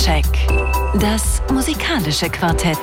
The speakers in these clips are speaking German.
Soundcheck. Das musikalische Quartett.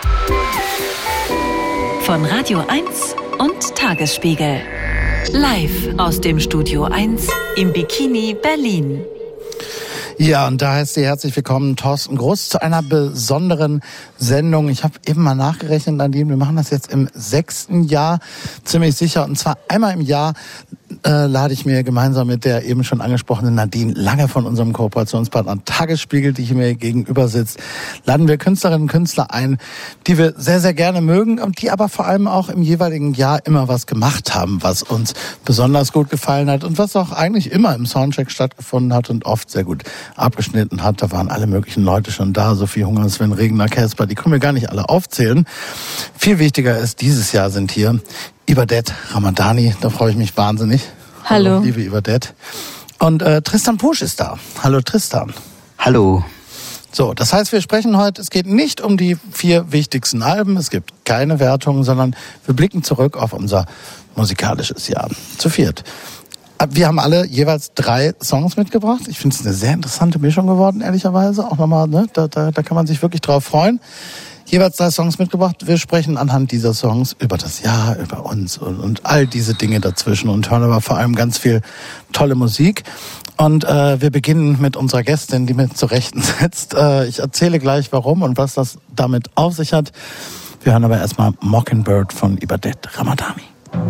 Von Radio 1 und Tagesspiegel. Live aus dem Studio 1 im Bikini Berlin. Ja, und da heißt Sie herzlich willkommen, Thorsten Groß, zu einer besonderen Sendung. Ich habe eben mal nachgerechnet, Nadine, wir machen das jetzt im 6. Jahr, ziemlich sicher. Und zwar einmal im Jahr lade ich mir gemeinsam mit der eben schon angesprochenen Nadine Lange von unserem Kooperationspartner Tagesspiegel, die hier mir gegenüber sitzt, laden wir Künstlerinnen und Künstler ein, die wir sehr, sehr gerne mögen und die aber vor allem auch im jeweiligen Jahr immer was gemacht haben, was uns besonders gut gefallen hat und was auch eigentlich immer im Soundcheck stattgefunden hat und oft sehr gut abgeschnitten hat. Da waren alle möglichen Leute schon da, Sophie Hunger, Sven Regner, Casper, die können wir gar nicht alle aufzählen. Viel wichtiger ist, dieses Jahr sind hier Ibadet Ramadani, da freue ich mich wahnsinnig. Hallo. Liebe Ibadet. Und Tristan Pusch ist da. Hallo Tristan. Hallo. So, das heißt, wir sprechen heute, es geht nicht um die 4 wichtigsten Alben, es gibt keine Wertungen, sondern wir blicken zurück auf unser musikalisches Jahr. Zu viert. Wir haben alle jeweils 3 Songs mitgebracht. Ich finde es eine sehr interessante Mischung geworden, ehrlicherweise. Auch nochmal, ne? Da kann man sich wirklich drauf freuen. Jeweils 3 Songs mitgebracht. Wir sprechen anhand dieser Songs über das Jahr, über uns und all diese Dinge dazwischen und hören aber vor allem ganz viel tolle Musik. Und wir beginnen mit unserer Gästin, die mir zur Rechten sitzt. Ich erzähle gleich, warum und was das damit auf sich hat. Wir hören aber erstmal Mockingbird von Ibadet Ramadani.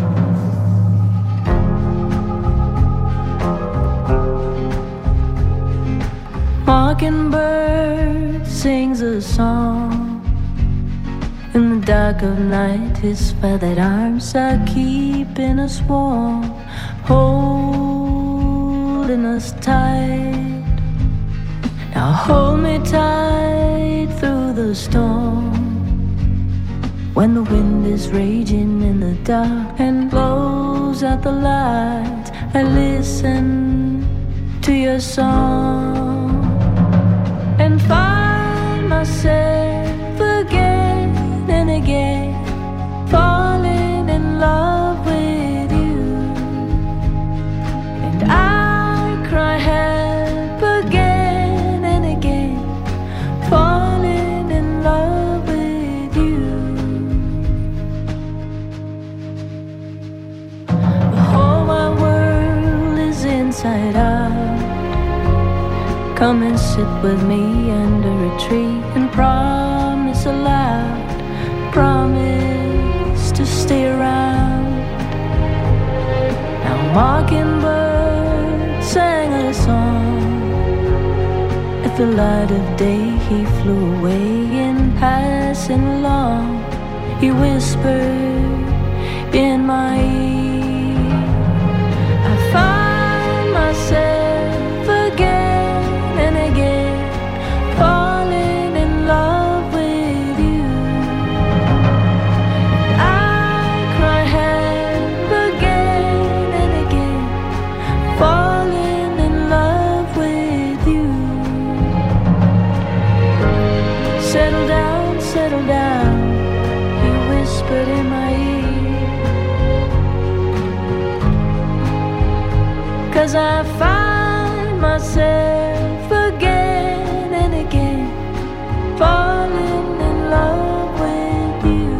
Mockingbird sings a song. In the dark of night, his feathered arms are keeping us warm, holding us tight. Now hold me tight through the storm. When the wind is raging in the dark and blows out the light, I listen to your song and find myself again and again, falling in love with you. And I cry help again and again, falling in love with you. The whole wide world is inside out. Come and sit with me under a tree and promise aloud, promise to stay around. Now Mockingbird sang a song. At the light of day he flew away in passing along. He whispered in my ear, I find myself again and again, falling in love with you. I cry help again and again, falling in love with you. Settle down, he whispered in my ear. 'Cause I find myself again and again, falling in love with you.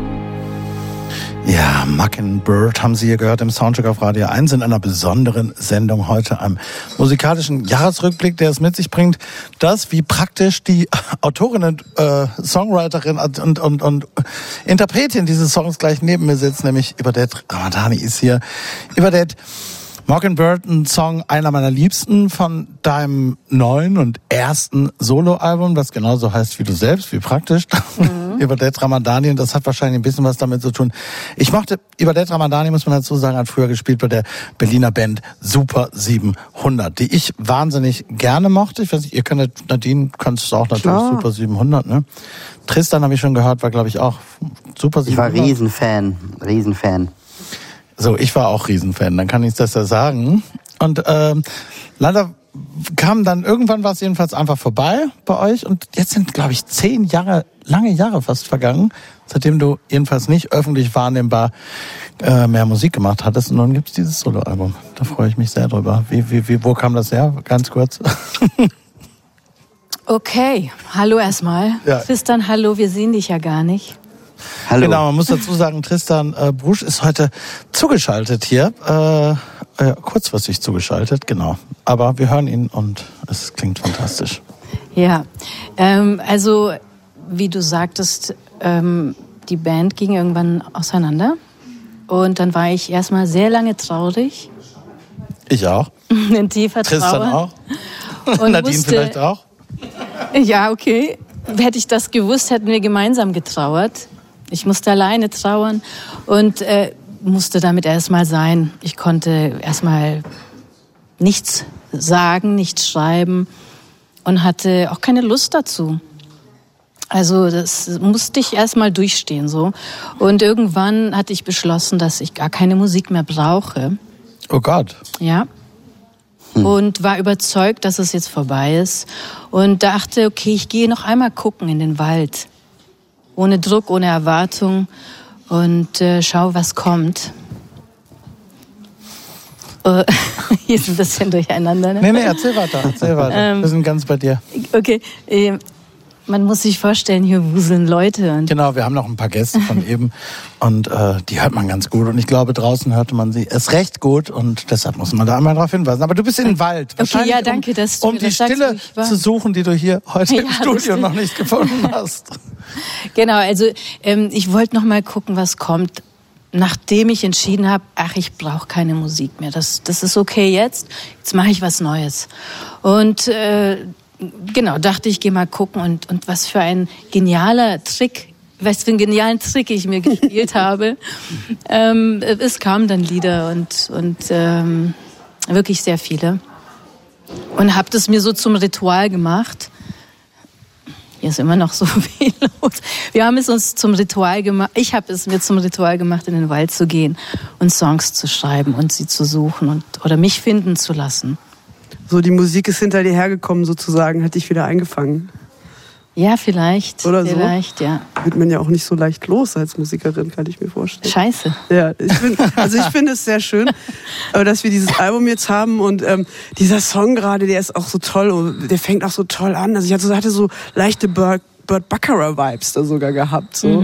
Ja, Mockingbird haben Sie hier gehört im Soundcheck auf Radio 1 in einer besonderen Sendung heute, einem musikalischen Jahresrückblick, der es mit sich bringt, dass, wie praktisch die Autorin und Songwriterin und Interpretin dieses Songs gleich neben mir sitzt, nämlich Ibadet Ramadani ist hier. Ibadet, Mockingbird, ein Song, einer meiner Liebsten von deinem neuen und ersten Soloalbum, das genauso heißt wie du selbst, wie praktisch. Ibadet Ramadani, und das hat wahrscheinlich ein bisschen was damit zu tun. Ich mochte Ibadet Ramadani, muss man dazu sagen, hat früher gespielt bei der Berliner Band Super 700, die ich wahnsinnig gerne mochte. Ich weiß nicht, ihr kennt, Nadine, kannst es auch natürlich, klar. Super 700, ne? Tristan habe ich schon gehört, war glaube ich auch Super 700. Ich war Riesenfan. So, ich war auch Riesenfan, dann kann ich das ja sagen. Und leider kam dann irgendwann was jedenfalls einfach vorbei bei euch. Und jetzt sind, glaube ich, 10 Jahre, lange Jahre fast vergangen, seitdem du jedenfalls nicht öffentlich wahrnehmbar mehr Musik gemacht hattest. Und nun gibt's dieses Soloalbum. Da freue ich mich sehr drüber. Wo kam das her? Ganz kurz. Okay, hallo erstmal. Ja. Tristan, hallo, wir sehen dich ja gar nicht. Hallo. Genau, man muss dazu sagen, Tristan Brusch ist heute zugeschaltet hier. Kurzfristig zugeschaltet, genau. Aber wir hören ihn und es klingt fantastisch. Ja, also wie du sagtest, die Band ging irgendwann auseinander. Und dann war ich erstmal sehr lange traurig. Ich auch. In tiefer Trauer. Tristan auch. Und Nadine vielleicht auch. Ja, okay. Hätte ich das gewusst, hätten wir gemeinsam getrauert. Ich musste alleine trauern und musste damit erstmal sein. Ich konnte erstmal nichts sagen, nichts schreiben und hatte auch keine Lust dazu. Also das musste ich erstmal durchstehen so. Und irgendwann hatte ich beschlossen, dass ich gar keine Musik mehr brauche. Oh Gott. Ja. Und war überzeugt, dass es jetzt vorbei ist. Und dachte, okay, ich gehe noch einmal gucken in den Wald. Ohne Druck, ohne Erwartung. Und schau, was kommt. Hier ist ein bisschen durcheinander. Ne? Nee, erzähl weiter. Wir sind ganz bei dir. Okay, man muss sich vorstellen, hier wuseln Leute. Und Genau, wir haben noch ein paar Gäste von eben und die hört man ganz gut. Und ich glaube, draußen hörte man sie erst recht gut und deshalb muss man da einmal darauf hinweisen. Aber du bist im Wald. Okay, ja, danke, dass du um mir die das sagst, Stille wo ich war. zu suchen, die du hier heute im Ja, Studio lustig. noch nicht gefunden hast. Genau, also ich wollte noch mal gucken, was kommt, nachdem ich entschieden habe, ach, ich brauche keine Musik mehr. Das ist okay jetzt mache ich was Neues. Und genau, dachte ich, gehe mal gucken und was für ein genialer Trick, was für einen genialen Trick ich mir gespielt habe. Es kamen dann Lieder und wirklich sehr viele. Und habe das mir so zum Ritual gemacht. Hier ist immer noch so viel los. Wir haben es uns zum Ritual gemacht. Ich habe es mir zum Ritual gemacht, in den Wald zu gehen und Songs zu schreiben und sie zu suchen oder mich finden zu lassen. So, die Musik ist hinter dir hergekommen sozusagen, hat dich wieder eingefangen. Ja, vielleicht. Oder so? Vielleicht, ja. Wird man ja auch nicht so leicht los als Musikerin, kann ich mir vorstellen. Scheiße. Ja, ich finde es sehr schön, dass wir dieses Album jetzt haben und dieser Song gerade, der ist auch so toll und der fängt auch so toll an. Also ich hatte so leichte Burt Bacharach-Vibes da sogar gehabt. So.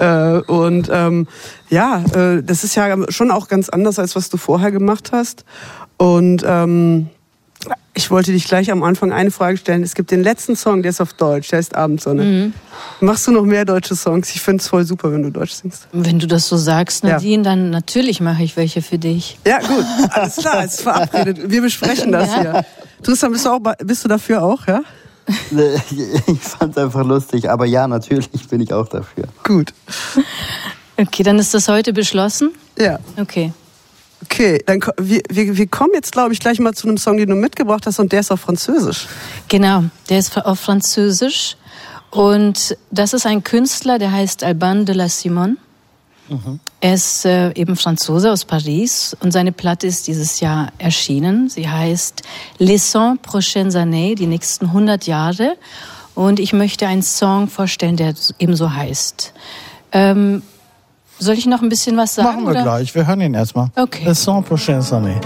Das ist ja schon auch ganz anders, als was du vorher gemacht hast. Und ich wollte dich gleich am Anfang eine Frage stellen. Es gibt den letzten Song, der ist auf Deutsch, der heißt Abendsonne. Machst du noch mehr deutsche Songs? Ich finde es voll super, wenn du Deutsch singst. Wenn du das so sagst, Nadine, dann natürlich mache ich welche für dich. Ja, gut, alles klar, ist verabredet. Wir besprechen das hier. Tristan, bist du dafür auch, ja? Ich fand's einfach lustig, aber ja, natürlich bin ich auch dafür. Gut. Okay, dann ist das heute beschlossen? Ja. Okay, dann wir kommen jetzt, glaube ich, gleich mal zu einem Song, den du mitgebracht hast und der ist auf Französisch. Genau, der ist auf Französisch und das ist ein Künstler, der heißt Alban de la Simone. Er ist eben Franzose aus Paris und seine Platte ist dieses Jahr erschienen. Sie heißt Les 100 prochaines années, die nächsten 100 Jahre. Und ich möchte einen Song vorstellen, der ebenso heißt. Soll ich noch ein bisschen was sagen? Machen wir oder? gleich, wir hören ihn erstmal. Okay. Les 100 prochaines années.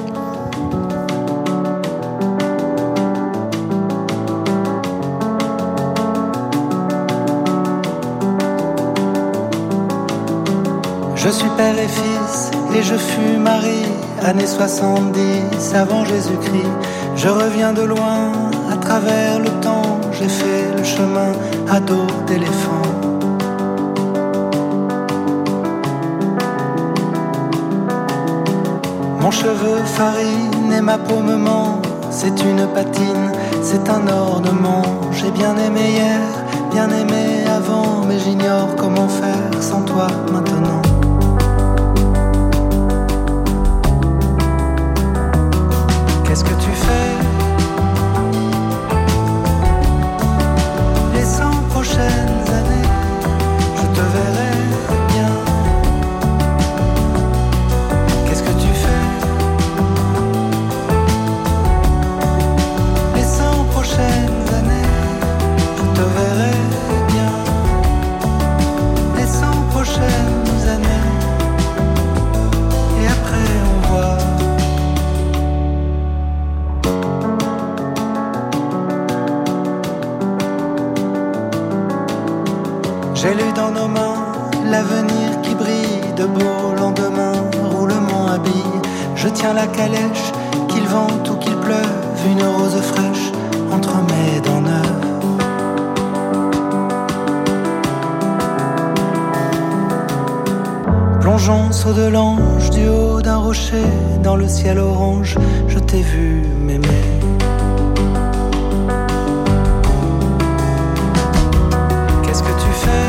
Je suis père et fils et je fus mari, années 70 avant Jésus-Christ. Je reviens de loin, à travers le temps, j'ai fait le chemin à dos d'éléphant. Mon cheveu farine et ma peau me ment, c'est une patine, c'est un ornement. J'ai bien aimé hier, bien aimé avant, mais j'ignore comment faire sans toi maintenant. Qu'est-ce que tu fais les 100 prochaines années? Je te verrai bien. Qu'est-ce que tu fais les 100 prochaines années? Je te verrai bien. Les 100 prochaines années. Et après on voit. J'ai lu dans nos mains l'avenir qui brille, de beaux lendemains, roulement habille. Je tiens la calèche, qu'il vente ou qu'il pleuve, une rose fraîche entre mes dents neuves. Plongeons saut de l'ange du haut d'un rocher, dans le ciel orange, je t'ai vu m'aimer. Qu'est-ce que tu fais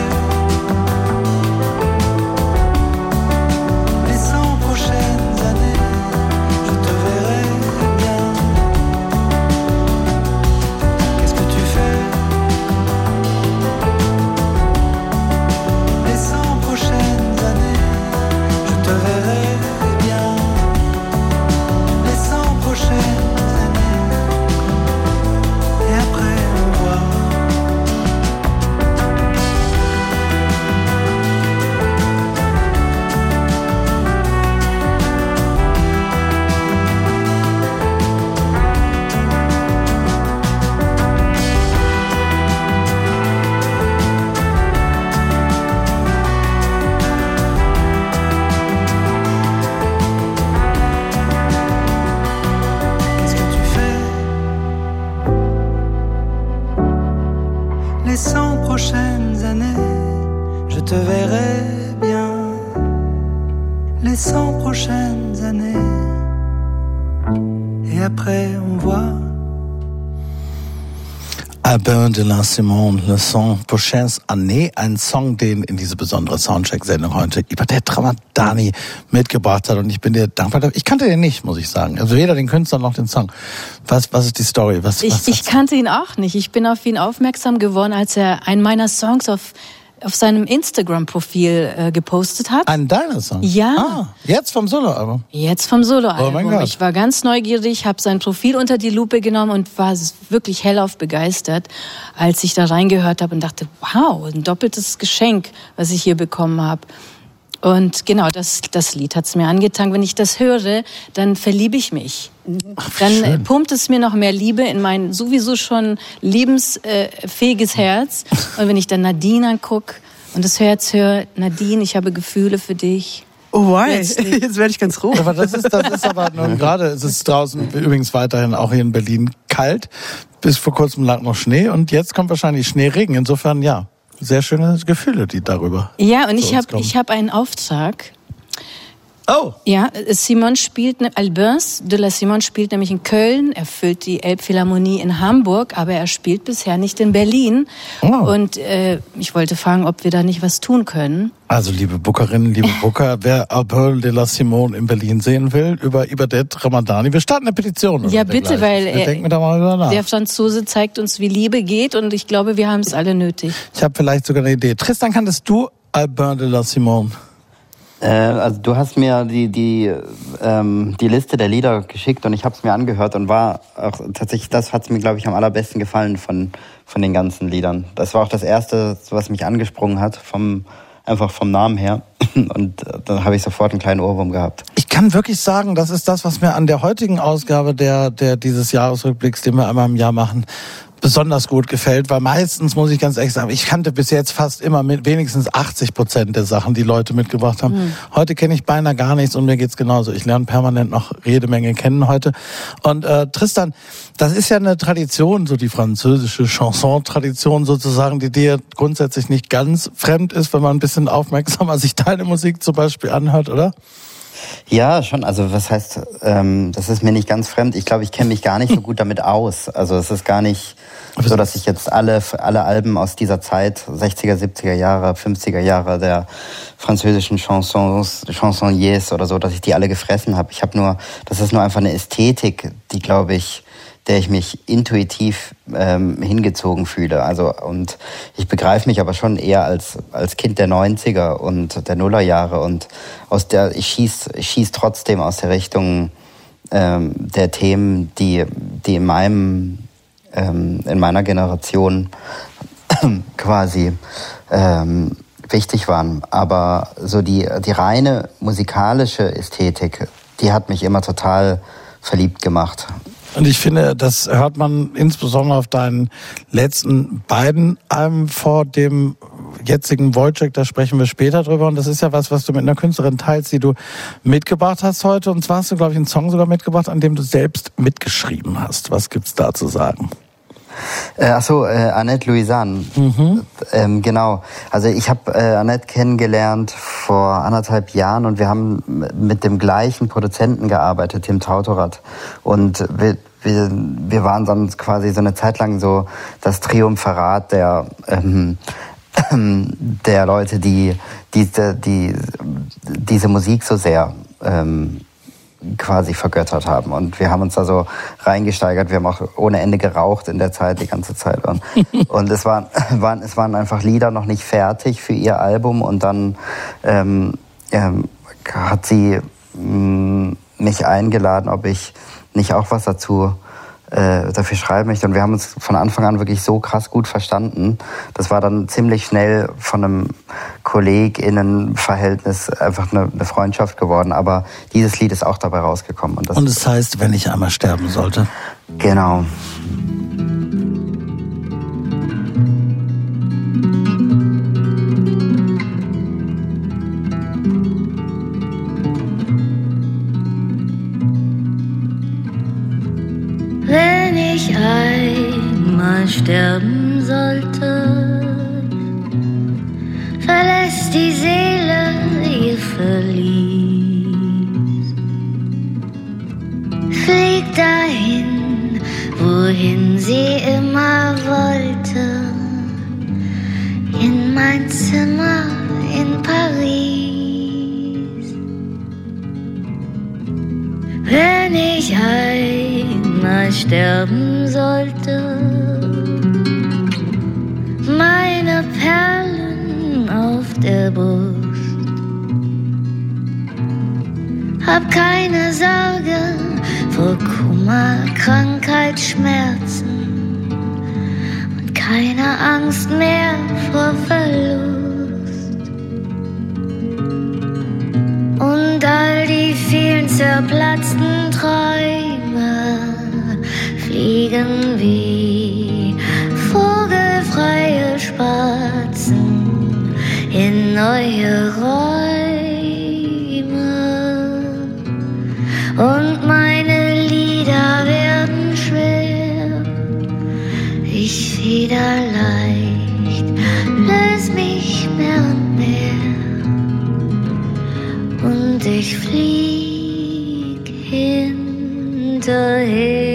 les 100 prochaines années? Je te verrai bien. Qu'est-ce que tu fais les 100 prochaines années? Je te verrai bien. Les 100 prochaines années. Et après on voit. Qu'est-ce que tu fais les 100 prochaines années? Je te verrai bien. Les 100 prochaines années. Et après on voit. Albin de la Simone, Le 100 Prochaines Années, ein Song, den in diese besondere Soundcheck-Sendung heute Ibadeth Ramadani mitgebracht hat. Und ich bin dir dankbar. Ich kannte den nicht, muss ich sagen. Also weder den Künstler noch den Song. Was ist die Story? Ich kannte ihn auch nicht. Ich bin auf ihn aufmerksam geworden, als er einen meiner Songs auf seinem Instagram-Profil gepostet hat. Ein deiner Song? Ja. Jetzt vom Soloalbum? Jetzt vom Soloalbum. Oh mein Gott. Ich war ganz neugierig, habe sein Profil unter die Lupe genommen und war wirklich hellauf begeistert, als ich da reingehört habe und dachte, wow, ein doppeltes Geschenk, was ich hier bekommen habe. Und genau, das Lied hat's mir angetan. Wenn ich das höre, dann verliebe ich mich. Dann pumpt es mir noch mehr Liebe in mein sowieso schon liebensfähiges Herz. Und wenn ich dann Nadine angucke und das Herz höre, Nadine, ich habe Gefühle für dich. Oh wei, jetzt werde ich ganz rot. Aber das ist aber nun gerade, es ist draußen übrigens weiterhin auch hier in Berlin kalt. Bis vor kurzem lag noch Schnee und jetzt kommt wahrscheinlich Schneeregen. Insofern ja, sehr schöne Gefühle, die darüber. Ja, und ich hab einen Auftrag. Oh! Ja, Albin de la Simone spielt nämlich in Köln, er füllt die Elbphilharmonie in Hamburg, aber er spielt bisher nicht in Berlin. Oh. Und ich wollte fragen, ob wir da nicht was tun können. Also liebe Bookerinnen, liebe Booker, wer Albin de la Simone in Berlin sehen will, über Ibadeth Ramadani, wir starten eine Petition. Ja, bitte, weil denken wir da mal drüber nach. Der Franzose zeigt uns, wie Liebe geht und ich glaube, wir haben es alle nötig. Ich habe vielleicht sogar eine Idee. Tristan, kanntest du Albin de la Simone? Also du hast mir die Liste der Lieder geschickt und ich habe es mir angehört und war auch tatsächlich, das hat mir, glaube ich, am allerbesten gefallen von den ganzen Liedern. Das war auch das erste, was mich angesprungen hat, einfach vom Namen her. Und dann habe ich sofort einen kleinen Ohrwurm gehabt. Ich kann wirklich sagen, das ist das, was mir an der heutigen Ausgabe der dieses Jahresrückblicks, den wir einmal im Jahr machen, besonders gut gefällt, weil meistens, muss ich ganz ehrlich sagen, ich kannte bis jetzt fast immer mit wenigstens 80% der Sachen, die Leute mitgebracht haben. Heute kenne ich beinahe gar nichts und mir geht's genauso. Ich lerne permanent noch jede Menge kennen heute. Und Tristan, das ist ja eine Tradition, so die französische Chanson-Tradition sozusagen, die dir grundsätzlich nicht ganz fremd ist, wenn man ein bisschen aufmerksamer sich deine Musik zum Beispiel anhört, oder? Ja, schon. Also was heißt, das ist mir nicht ganz fremd. Ich glaube, ich kenne mich gar nicht so gut damit aus. Also es ist gar nicht so, dass ich jetzt alle Alben aus dieser Zeit, 60er, 70er Jahre, 50er Jahre der französischen Chansonniers oder so, dass ich die alle gefressen habe. Das ist nur einfach eine Ästhetik, die, glaube ich, der ich mich intuitiv hingezogen fühle. Also, und ich begreife mich aber schon eher als Kind der 90er und der Nullerjahre und ich schieß trotzdem aus der Richtung der Themen, die in meiner Generation quasi wichtig waren. Aber so die reine musikalische Ästhetik, die hat mich immer total verliebt gemacht. Und ich finde, das hört man insbesondere auf deinen letzten beiden Alben vor dem jetzigen Wojciech, da sprechen wir später drüber. Und das ist ja was du mit einer Künstlerin teilst, die du mitgebracht hast heute. Und zwar hast du, glaube ich, einen Song sogar mitgebracht, an dem du selbst mitgeschrieben hast. Was gibt's da zu sagen? Annette Louisanne. Genau. Also ich habe Annette kennengelernt vor 1,5 Jahren und wir haben mit dem gleichen Produzenten gearbeitet, Tim Tautorat. Und wir waren dann quasi so eine Zeit lang so das Triumvirat der Leute, die diese Musik so sehr quasi vergöttert haben. Und wir haben uns da so reingesteigert. Wir haben auch ohne Ende geraucht in der Zeit, die ganze Zeit. Und es waren einfach Lieder noch nicht fertig für ihr Album. Und dann hat sie mich eingeladen, ob ich nicht auch was dafür schreiben möchte. Und wir haben uns von Anfang an wirklich so krass gut verstanden. Das war dann ziemlich schnell von einem KollegInnen-Verhältnis einfach eine Freundschaft geworden. Aber dieses Lied ist auch dabei rausgekommen. Und es heißt, wenn ich einmal sterben sollte. Genau. Wenn ich einmal sterben sollte, verlässt die Seele ihr Verlies, fliegt dahin, wohin sie immer wollte, in mein Zimmer in Paris. Wenn ich einmal sterben sollte, meine Perlen auf der Brust, hab keine Sorge vor Kummer, Krankheit, Schmerzen und keine Angst mehr vor Verlust. Und all die vielen zerplatzten Träume fliegen wie vogelfreie Spatzen in neue Räume. Und meine Lieder werden schwer, ich federleicht, löse mich mehr und mehr und ich flieg hinterher.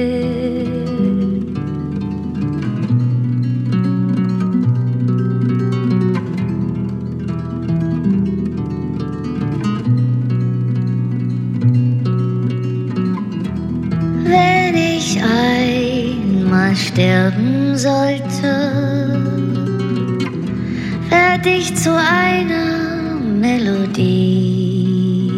Wenn ich einmal sterben sollte, werd ich zu einer Melodie.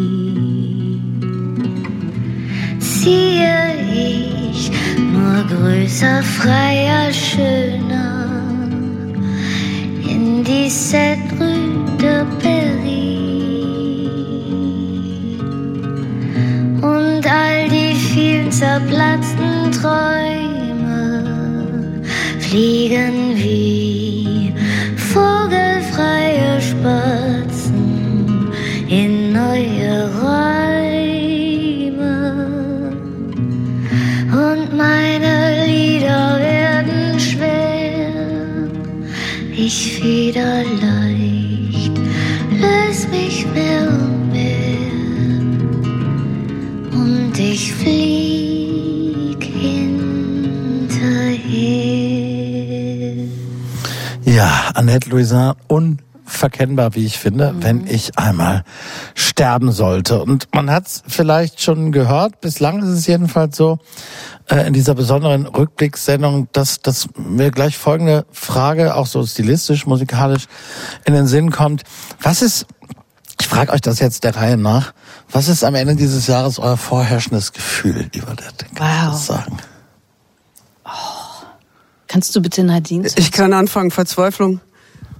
Ziehe ich nur größer, freier, schöner in die Cette Rue de Paris. Und all die vielen zerplatzten Träume fliegen wie vogelfreie Spatzen in neue Räume. Und meine Lieder werden schwer, ich federleicht, löse mich mehr und mehr und ich flieg hinterher. Ja, Annette Louisanne, unverkennbar, wie ich finde, wenn ich einmal sterben sollte. Und man hat es vielleicht schon gehört, bislang ist es jedenfalls so, in dieser besonderen Rückblickssendung, dass mir gleich folgende Frage, auch so stilistisch, musikalisch, in den Sinn kommt. Ich frage euch das jetzt der Reihe nach, was ist am Ende dieses Jahres euer vorherrschendes Gefühl, lieber Dette? Kannst du das sagen? Kannst du bitte Nadine? Ich kann anfangen, Verzweiflung.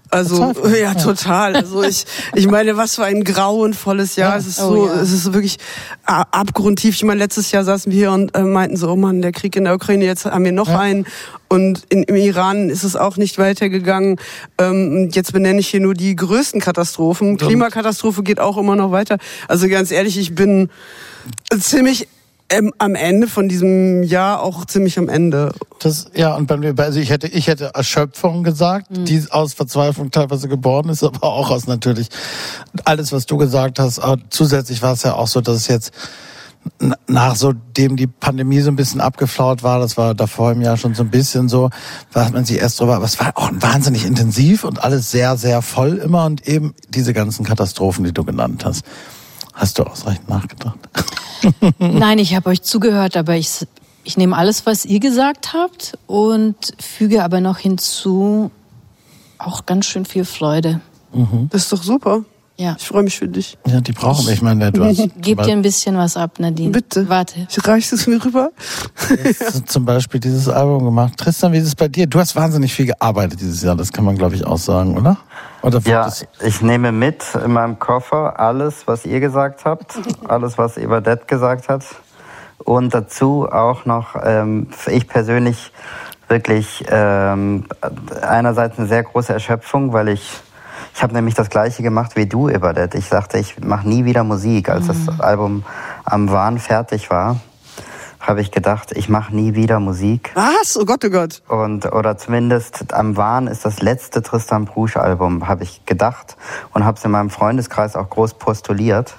Also, ja, total. Also ich meine, was für ein grauenvolles Jahr. Es ist es ist wirklich abgrundtief. Ich meine, letztes Jahr saßen wir hier und meinten so, oh Mann, der Krieg in der Ukraine, jetzt haben wir noch einen. Und im Iran ist es auch nicht weitergegangen. Jetzt benenne ich hier nur die größten Katastrophen. Klimakatastrophe geht auch immer noch weiter. Also ganz ehrlich, ich bin ziemlich am Ende von diesem Jahr, auch ziemlich am Ende. Und bei mir, also ich hätte Erschöpfung gesagt, die aus Verzweiflung teilweise geboren ist, aber auch aus natürlich alles, was du gesagt hast. Zusätzlich war es ja auch so, dass es jetzt nach so dem die Pandemie so ein bisschen abgeflaut war, das war davor im Jahr schon so ein bisschen so, da hat man sich erst drüber, aber es war auch wahnsinnig intensiv und alles sehr, sehr voll immer und eben diese ganzen Katastrophen, die du genannt hast. Hast du ausreichend nachgedacht? Nein, ich habe euch zugehört, aber ich nehme alles, was ihr gesagt habt und füge aber noch hinzu, auch ganz schön viel Freude. Das ist doch super. Ja. Ich freue mich für dich. Ja, die brauchen mich. Ich meine, du hast... Gib dir ein bisschen was ab, Nadine. Bitte. Warte. Reichst es mir rüber? Du hast zum Beispiel dieses Album gemacht. Tristan, wie ist es bei dir? Du hast wahnsinnig viel gearbeitet dieses Jahr, das kann man, glaube ich, auch sagen, oder? Ja, ich nehme mit in meinem Koffer alles, was ihr gesagt habt, alles, was Eberdett gesagt hat. Und dazu auch noch, ich persönlich wirklich einerseits eine sehr große Erschöpfung, weil ich habe nämlich das Gleiche gemacht wie du, Eberdett. Ich dachte, ich mache nie wieder Musik. Als das Album Am Wahn fertig war, habe ich gedacht, ich mache nie wieder Musik. Was? Oh Gott, oh Gott. Oder zumindest Am Wahn ist das letzte Tristan Prusch-Album, habe ich gedacht. Und habe es in meinem Freundeskreis auch groß postuliert.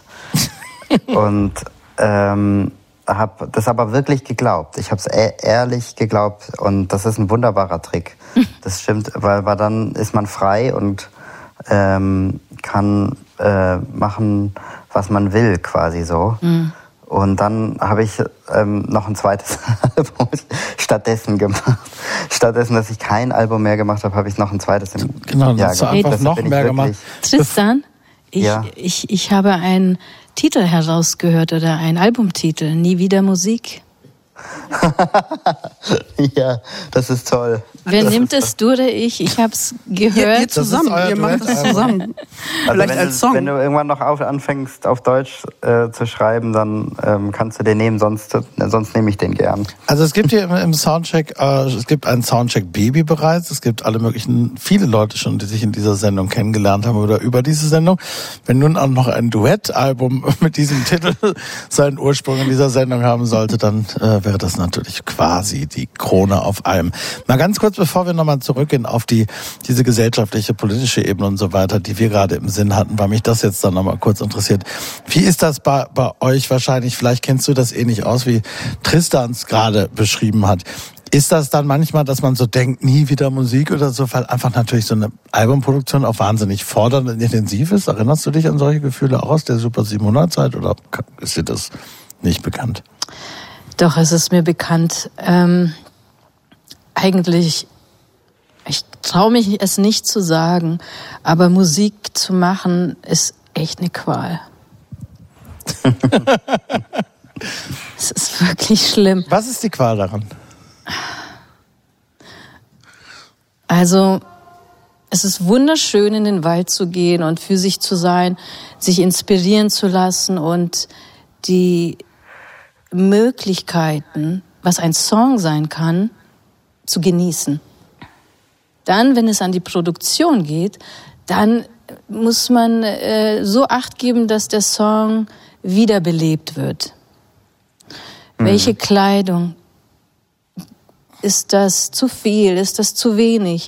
Und habe das aber wirklich geglaubt. Ich habe es ehrlich geglaubt. Und das ist ein wunderbarer Trick. Das stimmt, weil dann ist man frei und kann machen, was man will, quasi so. Und dann habe ich noch ein zweites Album stattdessen gemacht. Stattdessen, dass ich kein Album mehr gemacht habe, habe ich noch ein zweites im Jahr gemacht. Hast du einfach noch mehr gemacht. Tristan, ich habe einen Titel herausgehört oder einen Albumtitel, Nie wieder Musik. Ja, das ist toll. Wer nimmt es, du oder ich? Ich habe es gehört. Ihr zusammen, ihr macht das zusammen. Also Vielleicht als Song. Wenn du irgendwann noch anfängst, auf Deutsch zu schreiben, dann kannst du den nehmen, sonst nehme ich den gern. Also es gibt hier im Soundcheck, es gibt einen Soundcheck Baby bereits, es gibt alle möglichen, viele Leute schon, die sich in dieser Sendung kennengelernt haben oder über diese Sendung. Wenn nun auch noch ein Duettalbum mit diesem Titel seinen Ursprung in dieser Sendung haben sollte, dann wäre das natürlich quasi die Krone auf allem. Mal ganz kurz, bevor wir nochmal zurückgehen auf diese gesellschaftliche, politische Ebene und so weiter, die wir gerade im Sinn hatten, weil mich das jetzt dann nochmal kurz interessiert. Wie ist das bei euch wahrscheinlich? Vielleicht kennst du das ähnlich aus, wie Tristan es gerade beschrieben hat. Ist das dann manchmal, dass man so denkt, nie wieder Musik oder so, weil einfach natürlich so eine Albumproduktion auch wahnsinnig fordernd und intensiv ist? Erinnerst du dich an solche Gefühle auch aus der Super 700-Zeit oder ist dir das nicht bekannt? Doch, es ist mir bekannt. Eigentlich, ich traue mich es nicht zu sagen, aber Musik zu machen ist echt eine Qual. Es ist wirklich schlimm. Was ist die Qual daran? Also, es ist wunderschön, in den Wald zu gehen und für sich zu sein, sich inspirieren zu lassen und die Möglichkeiten, was ein Song sein kann, zu genießen. Dann, wenn es an die Produktion geht, dann muss man so Acht geben, dass der Song wiederbelebt wird. Welche Kleidung? Ist das zu viel? Ist das zu wenig?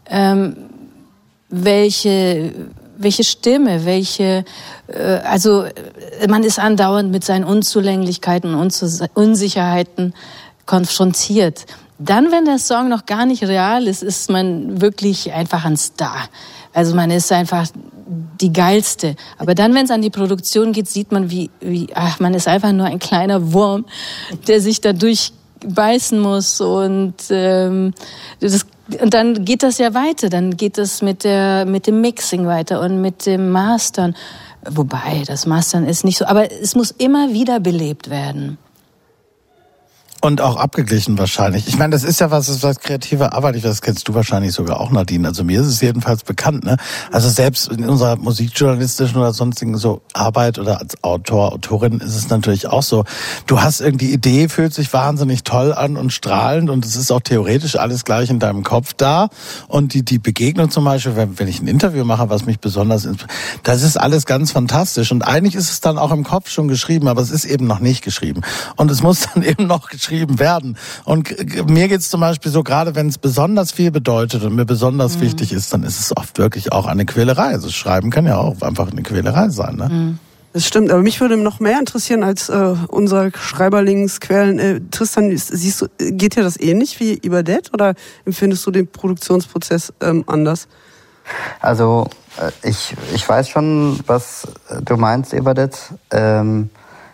Welche Stimme? Also man ist andauernd mit seinen Unzulänglichkeiten und Unsicherheiten konfrontiert. Dann, wenn der Song noch gar nicht real ist, ist man wirklich einfach ein Star. Also man ist einfach die Geilste. Aber dann, wenn es an die Produktion geht, sieht man, man ist einfach nur ein kleiner Wurm, der sich da durchbeißen muss. Und dann geht das ja weiter. Dann geht das mit dem Mixing weiter und mit dem Mastern. Wobei, das Mastern ist nicht so. Aber es muss immer wieder belebt werden. Und auch abgeglichen wahrscheinlich. Ich meine, das ist ja was kreative Arbeit. Das kennst du wahrscheinlich sogar auch, Nadine. Also mir ist es jedenfalls bekannt, ne? Also selbst in unserer musikjournalistischen oder sonstigen so Arbeit oder als Autor, Autorin ist es natürlich auch so. Du hast irgendwie Idee, fühlt sich wahnsinnig toll an und strahlend und es ist auch theoretisch alles gleich in deinem Kopf da. Und die Begegnung zum Beispiel, wenn ich ein Interview mache, was mich besonders das ist alles ganz fantastisch. Und eigentlich ist es dann auch im Kopf schon geschrieben, aber es ist eben noch nicht geschrieben. Und es muss dann eben noch geschrieben werden. Und mir geht's zum Beispiel so, gerade wenn es besonders viel bedeutet und mir besonders wichtig ist, dann ist es oft wirklich auch eine Quälerei. Also Schreiben kann ja auch einfach eine Quälerei sein, ne? Das stimmt, aber mich würde noch mehr interessieren als unser Schreiberlingsquellen. Tristan, siehst du, geht dir das ähnlich wie Ibadett oder empfindest du den Produktionsprozess anders? Also ich weiß schon, was du meinst, Ibadett. Wenn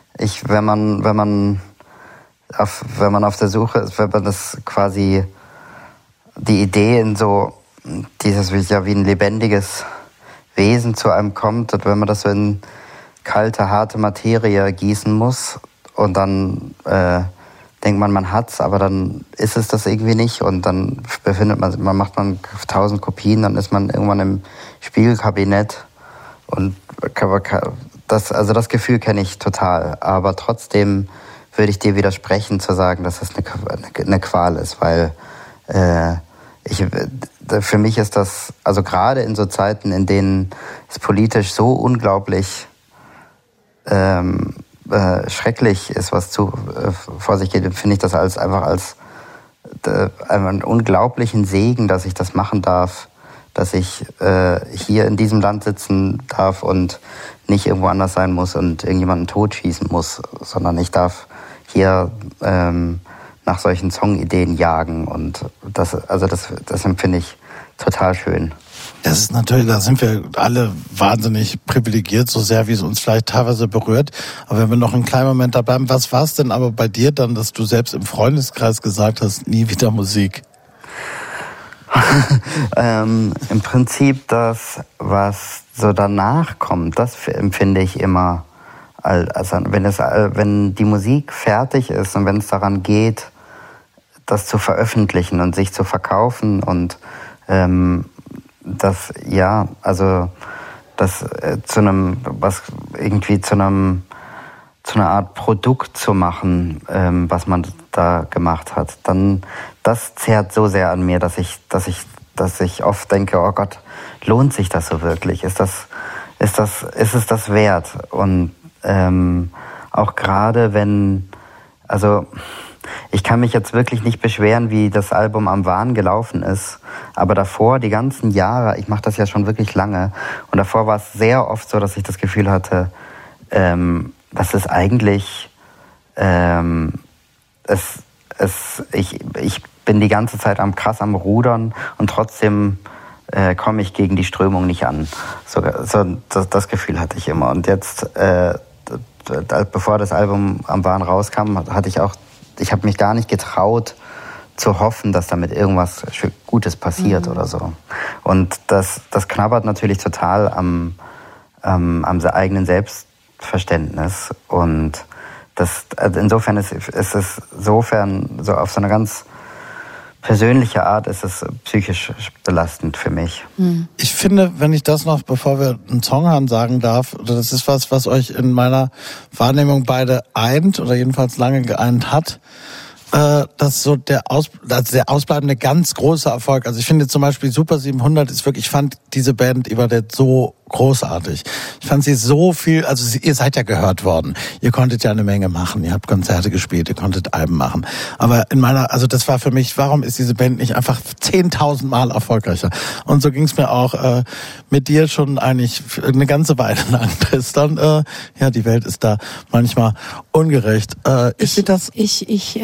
man auf der Suche ist, wenn man das quasi die Idee in so dieses ja wie ein lebendiges Wesen zu einem kommt und wenn man das so in kalte, harte Materie gießen muss und dann denkt man hat's, aber dann ist es das irgendwie nicht und dann macht man 1000 Kopien, dann ist man irgendwann im Spiegelkabinett und das Gefühl kenne ich total, aber trotzdem würde ich dir widersprechen, zu sagen, dass das eine Qual ist, weil für mich ist das, also gerade in so Zeiten, in denen es politisch so unglaublich schrecklich ist, was vor sich geht, finde ich das einfach als einen unglaublichen Segen, dass ich das machen darf, dass ich hier in diesem Land sitzen darf und nicht irgendwo anders sein muss und irgendjemanden totschießen muss, sondern ich darf hier nach solchen Songideen jagen und das empfinde ich total schön. Das ist natürlich, da sind wir alle wahnsinnig privilegiert, so sehr wie es uns vielleicht teilweise berührt. Aber wenn wir noch einen kleinen Moment da bleiben, was war es denn aber bei dir dann, dass du selbst im Freundeskreis gesagt hast, nie wieder Musik? Im Prinzip das, was so danach kommt, das empfinde ich immer, also wenn die Musik fertig ist und wenn es daran geht, das zu veröffentlichen und sich zu verkaufen und das zu einer Art Produkt zu machen, was man da gemacht hat, dann das zehrt so sehr an mir, dass ich oft denke, oh Gott, lohnt sich das so wirklich? Ist es das wert? Und auch gerade ich kann mich jetzt wirklich nicht beschweren, wie das Album Am Wahn gelaufen ist, aber davor, die ganzen Jahre, ich mache das ja schon wirklich lange, und davor war es sehr oft so, dass ich das Gefühl hatte, das ist eigentlich, ich bin die ganze Zeit krass am Rudern und trotzdem komme ich gegen die Strömung nicht an. Das Gefühl hatte ich immer. Und jetzt, bevor das Album Am Wahn rauskam, ich habe mich gar nicht getraut zu hoffen, dass damit irgendwas Gutes passiert oder so. Und das knabbert natürlich total am eigenen Selbstverständnis. Und insofern ist es so auf so eine ganz persönliche Art ist es psychisch belastend für mich. Ich finde, wenn ich das noch, bevor wir einen Song hören, sagen darf, das ist was euch in meiner Wahrnehmung beide eint oder jedenfalls lange geeint hat, dass so der ausbleibende ganz große Erfolg. Also ich finde zum Beispiel Super 700 ist wirklich, ich fand diese Band Ibadett so großartig. Ich fand sie so viel, also ihr seid ja gehört worden. Ihr konntet ja eine Menge machen. Ihr habt Konzerte gespielt, ihr konntet Alben machen. Aber also das war für mich, warum ist diese Band nicht einfach 10.000 Mal erfolgreicher? Und so ging es mir auch mit dir schon eigentlich eine ganze Weile lang, Tristan. Die Welt ist da manchmal ungerecht. Ich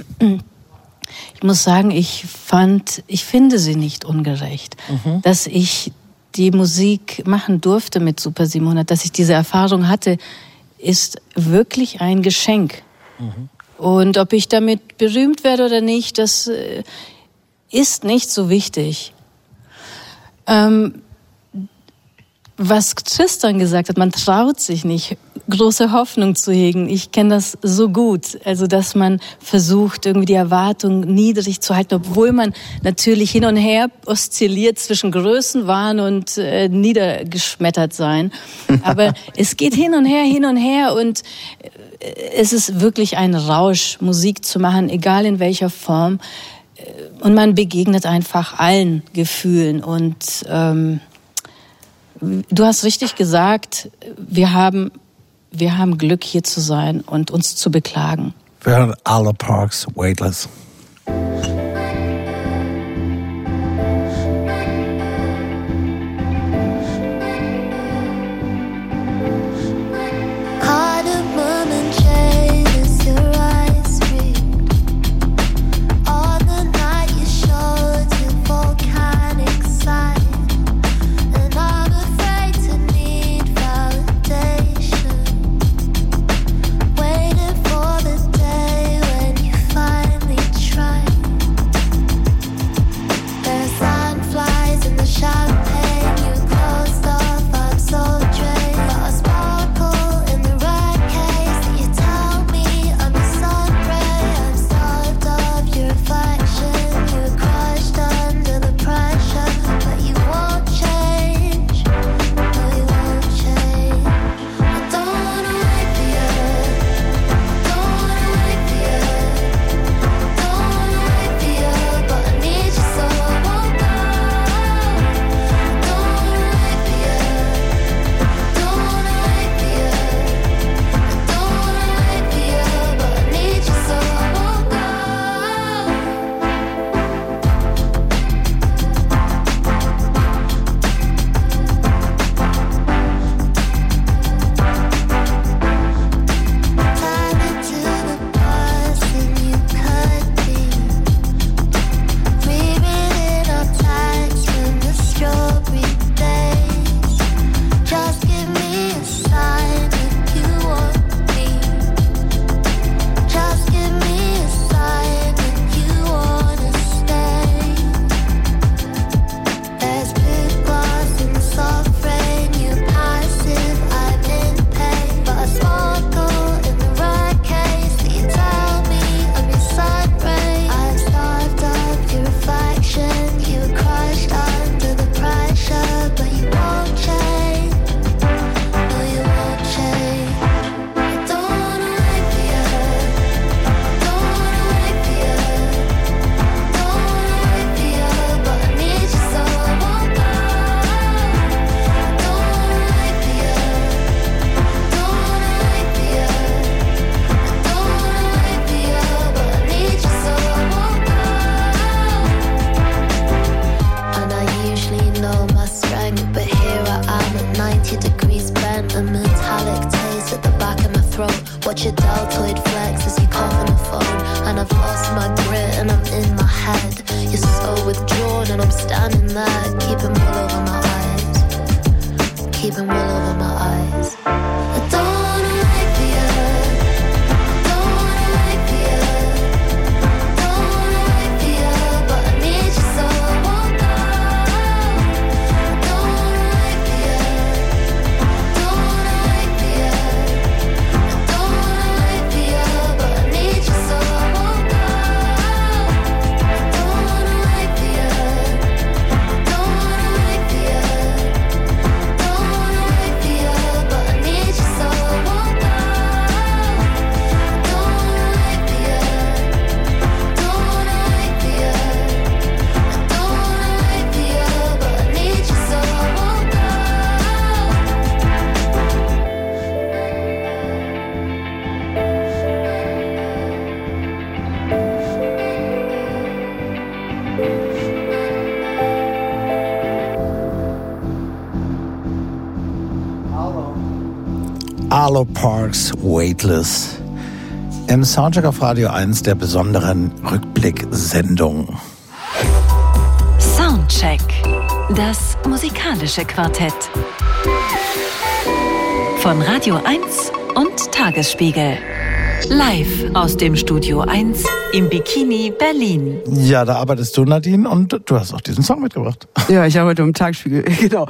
muss sagen, ich finde sie nicht ungerecht, dass ich die Musik machen durfte mit Super 700, dass ich diese Erfahrung hatte, ist wirklich ein Geschenk. Und ob ich damit berühmt werde oder nicht, das ist nicht so wichtig. was Tristan gesagt hat, man traut sich nicht, große Hoffnung zu hegen. Ich kenne das so gut. Also, dass man versucht, irgendwie die Erwartung niedrig zu halten, obwohl man natürlich hin und her oszilliert zwischen Größenwahn und niedergeschmettert sein. Aber es geht hin und her und es ist wirklich ein Rausch, Musik zu machen, egal in welcher Form. Und man begegnet einfach allen Gefühlen und du hast richtig gesagt, wir haben Glück, hier zu sein und uns zu beklagen. Wir hören Arlo Parks, Weightless. Watch your deltoid flex as you cough on the phone. And I've lost my grit and I'm in my head. You're so withdrawn and I'm standing there, keeping wool over my eyes, keeping wool over my eyes. I don't wanna wait for you, don't wanna wait for you, don't wanna wait for you, but I need you so I won't go. I don't wanna wait for you, don't wanna wait for you, I don't wanna wait for you, but I need you so I won't go. I don't wanna wait for you, don't wanna wait for you, don't wanna wait for you, but I need you so I won't go. I don't wanna wait for you, don't wanna wait for you, I don't wanna wait for you, but I need you so I won't go. Arlo Parks, Weightless. Im Soundcheck auf Radio 1 der besonderen Rückblick-Sendung. Soundcheck. Das musikalische Quartett. Von Radio 1 und Tagesspiegel. Live aus dem Studio 1 im Bikini Berlin. Ja, da arbeitest du, Nadine, und du hast auch diesen Song mitgebracht. Ja, ich arbeite im Tagesspiegel, genau.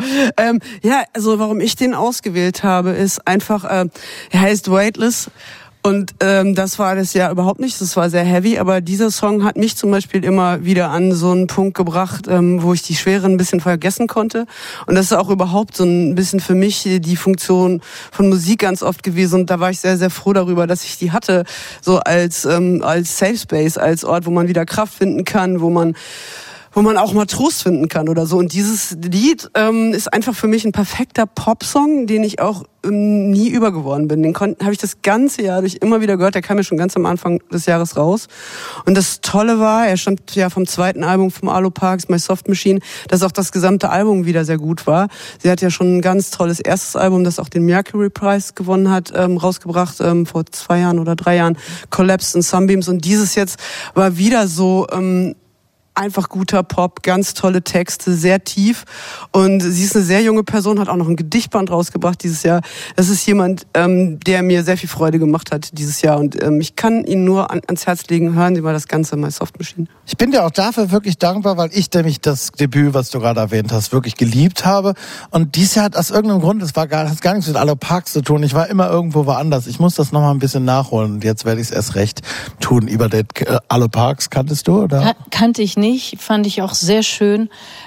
Ja, also warum ich den ausgewählt habe, ist einfach, er heißt Weightless. Und das war das ja überhaupt nicht, das war sehr heavy, aber dieser Song hat mich zum Beispiel immer wieder an so einen Punkt gebracht, wo ich die Schwere ein bisschen vergessen konnte. Und das ist auch überhaupt so ein bisschen für mich die Funktion von Musik ganz oft gewesen. Und da war ich sehr, sehr froh darüber, dass ich die hatte, so als Safe Space, als Ort, wo man wieder Kraft finden kann, wo man auch mal Trost finden kann oder so. Und dieses Lied ist einfach für mich ein perfekter Popsong, den ich auch nie übergeworden bin. Den habe ich das ganze Jahr durch immer wieder gehört. Der kam ja schon ganz am Anfang des Jahres raus. Und das Tolle war, er stammt ja vom zweiten Album vom Aloe Parks, My Soft Machine, dass auch das gesamte Album wieder sehr gut war. Sie hat ja schon ein ganz tolles erstes Album, das auch den Mercury Prize gewonnen hat, rausgebracht vor 2 Jahren oder 3 Jahren, Collapsed and Sunbeams. Und dieses jetzt war wieder so einfach guter Pop, ganz tolle Texte, sehr tief. Und sie ist eine sehr junge Person, hat auch noch ein Gedichtband rausgebracht dieses Jahr. Das ist jemand, der mir sehr viel Freude gemacht hat dieses Jahr. Und ich kann ihn nur ans Herz legen, hören Sie mal das Ganze, My Soft Machine. Ich bin dir auch dafür wirklich dankbar, weil ich nämlich das Debüt, was du gerade erwähnt hast, wirklich geliebt habe. Und dieses Jahr hat aus irgendeinem Grund, hat gar nichts mit Aloe Parks zu tun. Ich war immer irgendwo woanders. Ich muss das noch mal ein bisschen nachholen. Und jetzt werde ich es erst recht tun. Aloe Parks kanntest du, oder? Kannte ich nicht, fand ich auch sehr schön.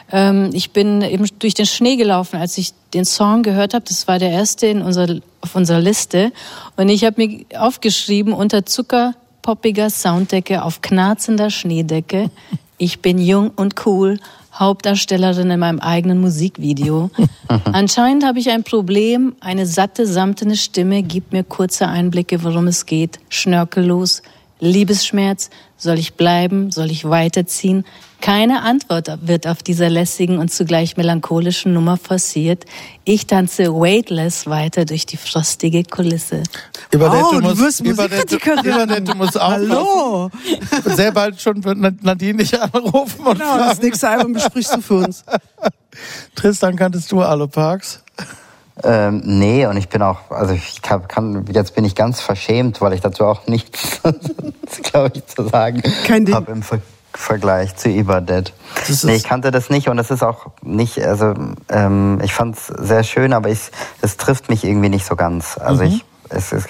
Ich bin eben durch den Schnee gelaufen, als ich den Song gehört habe. Das war der erste auf unserer Liste. Und ich habe mir aufgeschrieben, unter zuckerpoppiger Sounddecke auf knarzender Schneedecke. Ich bin jung und cool, Hauptdarstellerin in meinem eigenen Musikvideo. Anscheinend habe ich ein Problem. Eine satte, samtene Stimme gibt mir kurze Einblicke, worum es geht. Schnörkellos, Liebesschmerz. Soll ich bleiben? Soll ich weiterziehen? Keine Antwort wird auf dieser lässigen und zugleich melancholischen Nummer forciert. Ich tanze weightless weiter durch die frostige Kulisse. Übernette, du wirst Musikkritikerin. Du musst auch Hallo! Sehr bald schon wird Nadine dich anrufen und Genau, fragen. das nächste Album besprichst du für uns. Tristan, kanntest du Aloe Parks? Nee, und ich bin auch, jetzt bin ich ganz verschämt, weil ich dazu auch nichts, glaube ich, zu sagen habe im Vergleich zu Ibadet. Nee, ich kannte das nicht und es ist auch nicht, ich fand es sehr schön, aber es trifft mich irgendwie nicht so ganz. Also es ist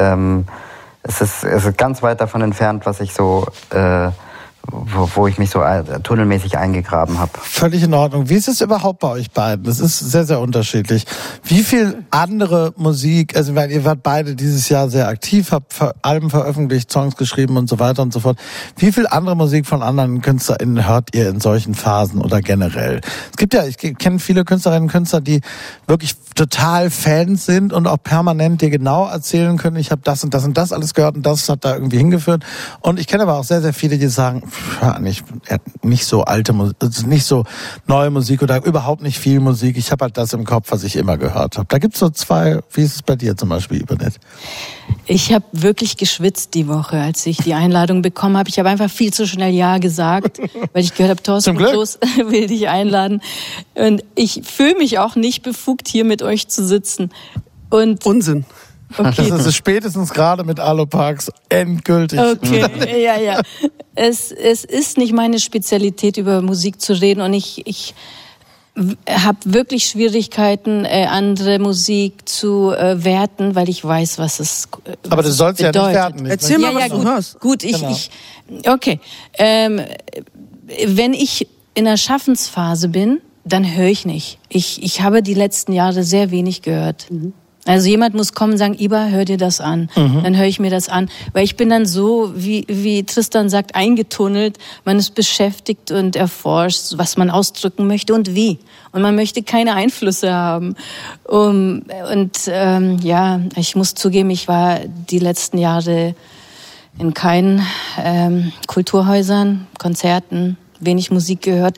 ganz weit davon entfernt, was ich so wo ich mich so tunnelmäßig eingegraben habe. Völlig in Ordnung. Wie ist es überhaupt bei euch beiden? Das ist sehr, sehr unterschiedlich. Wie viel andere Musik, also ihr wart beide dieses Jahr sehr aktiv, habt Alben veröffentlicht, Songs geschrieben und so weiter und so fort. Wie viel andere Musik von anderen KünstlerInnen hört ihr in solchen Phasen oder generell? Es gibt ja, ich kenne viele Künstlerinnen und Künstler, die wirklich total Fans sind und auch permanent dir genau erzählen können, ich habe das und das und das alles gehört und das hat da irgendwie hingeführt. Und ich kenne aber auch sehr, sehr viele, die sagen, nicht so alte Musik, nicht so neue Musik oder überhaupt nicht viel Musik. Ich habe halt das im Kopf, was ich immer gehört habe. Da gibt's so zwei, wie ist es bei dir zum Beispiel, Ibadet? Ich habe wirklich geschwitzt die Woche, als ich die Einladung bekommen habe. Ich habe einfach viel zu schnell Ja gesagt, weil ich gehört habe, Thorsten Kloß will dich einladen. Und ich fühle mich auch nicht befugt, hier mit euch zu sitzen. Und Unsinn. Okay. Das ist spätestens gerade mit Aloe Parks endgültig. Okay, ja. Es ist nicht meine Spezialität, über Musik zu reden, und ich habe wirklich Schwierigkeiten, andere Musik zu werten, weil ich weiß, was es bedeutet. Aber du sollst ja nicht werten. Erzähl mal, was du hörst. Gut, okay. Wenn ich in der Schaffensphase bin, dann höre ich nicht. Ich habe die letzten Jahre sehr wenig gehört. Also jemand muss kommen und sagen, Iba, hör dir das an. Dann höre ich mir das an. Weil ich bin dann so, wie Tristan sagt, eingetunnelt. Man ist beschäftigt und erforscht, was man ausdrücken möchte und wie. Und man möchte keine Einflüsse haben. Ich muss zugeben, ich war die letzten Jahre in keinen Kulturhäusern, Konzerten, wenig Musik gehört.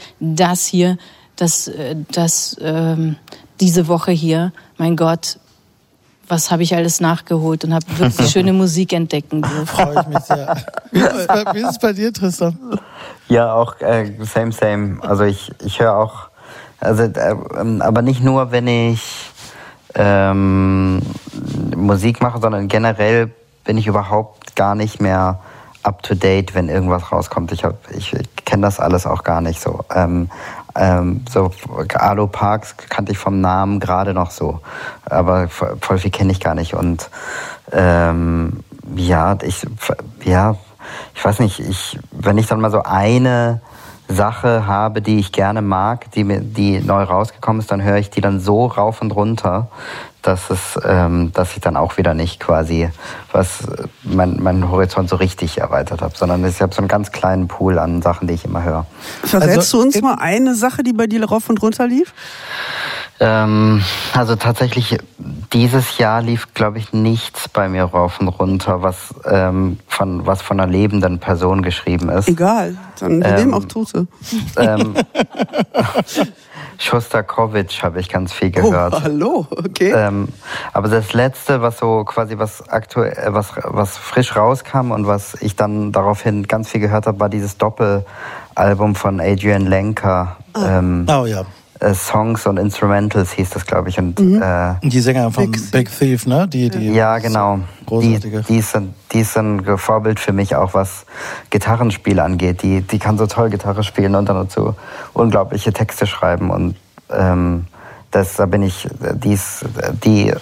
Diese Woche hier, mein Gott, was habe ich alles nachgeholt und habe wirklich schöne Musik entdecken dürfen. Freue ich mich sehr. Wie ist es bei dir, Tristan? Ja, auch same. Also ich höre auch, aber nicht nur, wenn ich Musik mache, sondern generell bin ich überhaupt gar nicht mehr up to date, wenn irgendwas rauskommt. Ich kenne das alles auch gar nicht so. So Arlo Parks kannte ich vom Namen gerade noch so, aber voll viel kenne ich gar nicht. Und ich weiß nicht, wenn ich dann mal so eine Sache habe, die ich gerne mag, die neu rausgekommen ist, dann höre ich die dann so rauf und runter, dass ich dann auch wieder nicht quasi meinen Horizont so richtig erweitert habe, sondern ich habe so einen ganz kleinen Pool an Sachen, die ich immer höre. Verrätst du uns mal eine Sache, die bei dir rauf und runter lief? Also tatsächlich, dieses Jahr lief, glaube ich, nichts bei mir rauf und runter, was von einer lebenden Person geschrieben ist. Egal, dann wir nehmen auch Tote. Schostakowitsch habe ich ganz viel gehört. Oh, hallo, okay. Aber das Letzte, was so quasi was frisch rauskam und was ich dann daraufhin ganz viel gehört habe, war dieses Doppelalbum von Adrian Lenker. Oh ja. Songs und Instrumentals hieß das, glaube ich. Und die Sänger von Big Thief, ne? Ja, genau. Großartige. Die ist ein Vorbild für mich auch, was Gitarrenspiel angeht. Die kann so toll Gitarre spielen und dann dazu unglaubliche Texte schreiben. Und die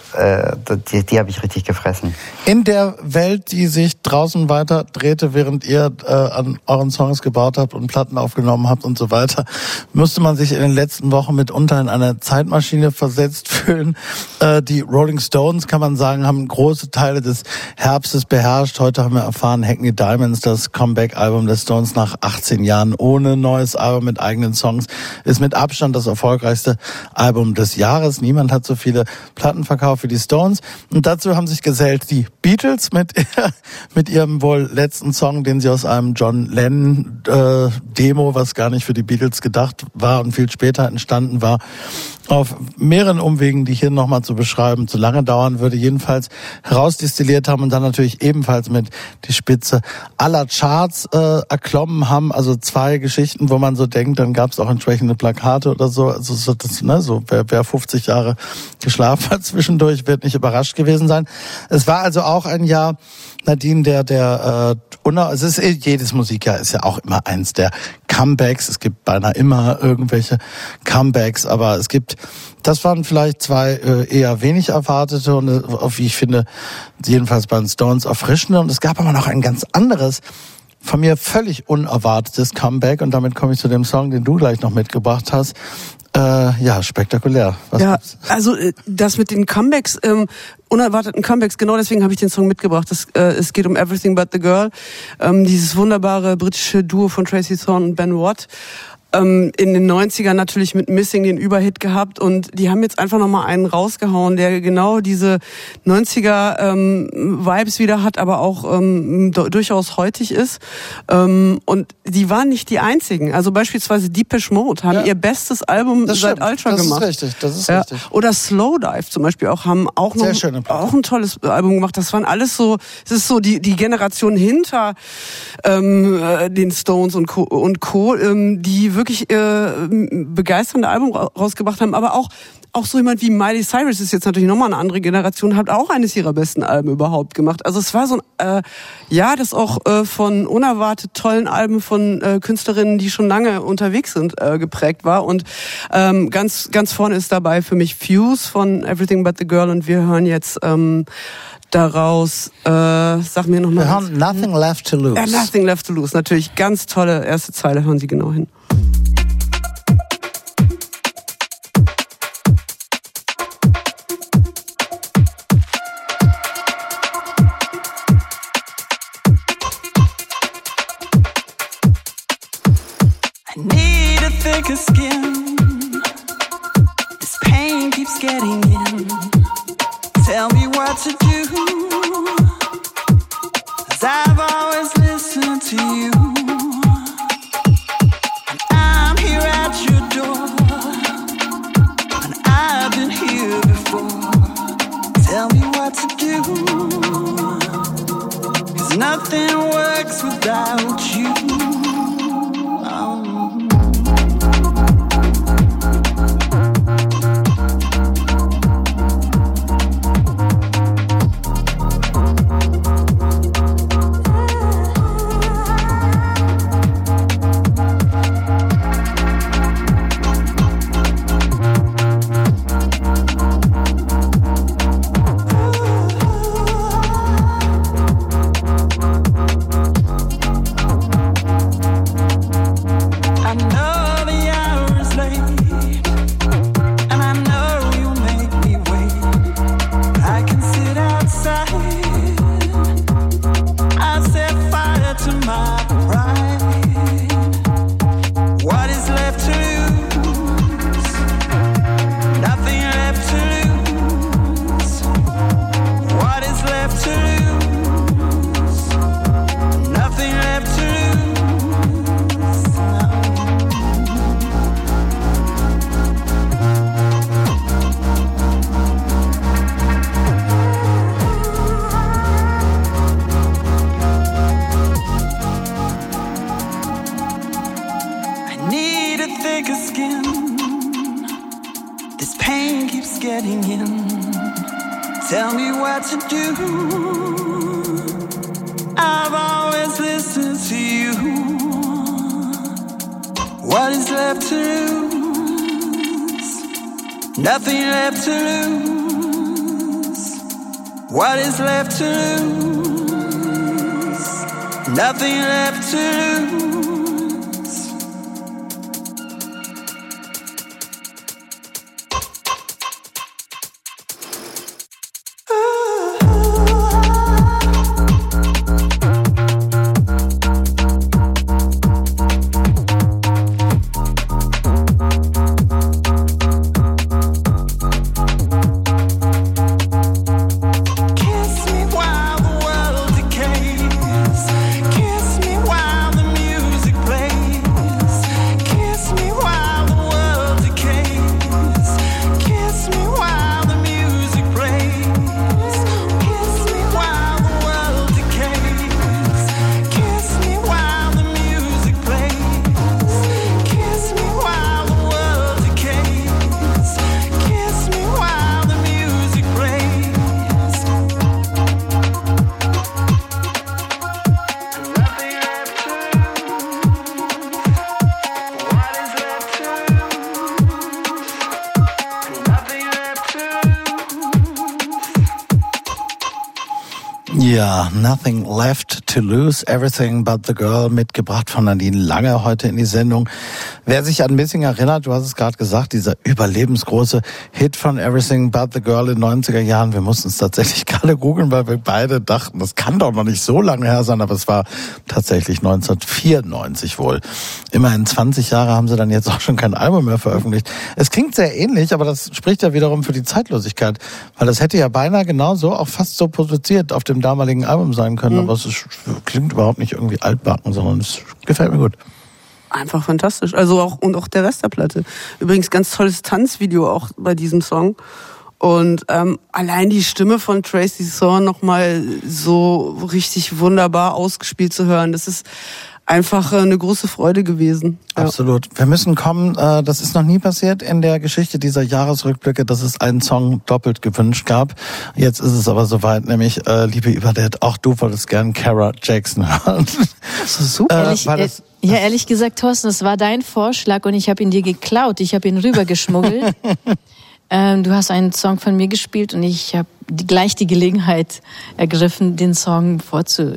habe ich richtig gefressen. In der Welt, die sich draußen weiter drehte, während ihr an euren Songs gebaut habt und Platten aufgenommen habt und so weiter, musste man sich in den letzten Wochen mitunter in eine Zeitmaschine versetzt fühlen. Die Rolling Stones, kann man sagen, haben große Teile des Herbstes beherrscht. Heute haben wir erfahren, Hackney Diamonds, das Comeback-Album der Stones nach 18 Jahren ohne neues Album mit eigenen Songs, ist mit Abstand das erfolgreichste Album des Jahres. Niemand hat so viele Platten verkauft wie die Stones. Und dazu haben sich gesellt die Beatles mit ihrem wohl letzten Song, den sie aus einem John Lennon Demo, was gar nicht für die Beatles gedacht war und viel später entstanden war, auf mehreren Umwegen, die hier nochmal zu beschreiben, zu lange dauern würde, jedenfalls herausdestilliert haben und dann natürlich ebenfalls mit die Spitze aller Charts erklommen haben. Also 2 Geschichten, wo man so denkt, dann gab es auch entsprechende Plakate oder so. Also wer 50 Jahre geschlafen hat zwischendurch, wird nicht überrascht gewesen sein. Es war also auch ein Jahr, Nadine, es ist jedes Musikjahr ist ja auch immer eins der Comebacks. Es gibt beinahe immer irgendwelche Comebacks, aber das waren vielleicht 2 eher wenig erwartete und wie ich finde, jedenfalls bei den Stones erfrischende. Und es gab aber noch ein ganz anderes, von mir völlig unerwartetes Comeback und damit komme ich zu dem Song, den du gleich noch mitgebracht hast. Spektakulär. Was gibt's? Also das mit den Comebacks, unerwarteten Comebacks, genau deswegen habe ich den Song mitgebracht. Es geht um Everything But the Girl, dieses wunderbare britische Duo von Tracy Thorn und Ben Watt. In den 90ern natürlich mit Missing den Überhit gehabt und die haben jetzt einfach nochmal einen rausgehauen, der genau diese 90er Vibes wieder hat, aber auch durchaus heutig ist. Und die waren nicht die einzigen. Also beispielsweise Depeche Mode haben ihr bestes Album seit Ultra gemacht. Das ist richtig. Oder Slowdive zum Beispiel haben auch noch auch ein tolles Album gemacht. Das waren alles so, es ist so die Generation hinter den Stones und Co. Die wirklich begeisternde Album rausgebracht haben, aber auch so jemand wie Miley Cyrus ist jetzt natürlich nochmal eine andere Generation, hat auch eines ihrer besten Alben überhaupt gemacht. Also es war so ein das auch von unerwartet tollen Alben von Künstlerinnen, die schon lange unterwegs sind, geprägt war. Und ganz, ganz vorne ist dabei für mich Fuse von Everything But the Girl und wir hören jetzt daraus, sag mir nochmal. Wir hören Nothing Left to Lose. Nothing Left to Lose, natürlich ganz tolle erste Zeile, hören Sie genau hin. Thicker skin, this pain keeps getting in. Tell me what to do, 'cause I've always listened to you. And I'm here at your door, and I've been here before. Tell me what to do, 'cause nothing works without you. thicker skin. This pain keeps getting in. Tell me what to do. I've always listened to you. What is left to lose? Nothing left to lose. What is left to lose? Nothing left to lose. Ja, Nothing Left to Lose, Everything But the Girl, mitgebracht von Nadine Lange heute in die Sendung. Wer sich an Missing erinnert, du hast es gerade gesagt, dieser überlebensgroße Hit von Everything But the Girl in den 90er Jahren. Wir mussten es tatsächlich gerade googeln, weil wir beide dachten, das kann doch noch nicht so lange her sein, aber es war tatsächlich 1994 wohl. Immerhin 20 Jahre haben sie dann jetzt auch schon kein Album mehr veröffentlicht. Es klingt sehr ähnlich, aber das spricht ja wiederum für die Zeitlosigkeit, weil das hätte ja beinahe genauso, auch fast so produziert auf dem damaligen Album sein können, aber es klingt überhaupt nicht irgendwie altbacken, sondern es gefällt mir gut. Einfach fantastisch. Also auch der Rest der Platte. Übrigens ganz tolles Tanzvideo auch bei diesem Song. Und allein die Stimme von Tracy Thorn nochmal so richtig wunderbar ausgespielt zu hören, das ist einfach eine große Freude gewesen. Ja. Absolut. Wir müssen kommen, das ist noch nie passiert in der Geschichte dieser Jahresrückblicke, dass es einen Song doppelt gewünscht gab. Jetzt ist es aber soweit, nämlich, liebe Yverdette, auch du wolltest gern Cara Jackson hören. Das ist super. Ehrlich gesagt, Thorsten, das war dein Vorschlag und ich habe ihn dir geklaut. Ich habe ihn rübergeschmuggelt. Du hast einen Song von mir gespielt und ich habe gleich die Gelegenheit ergriffen, den Song zu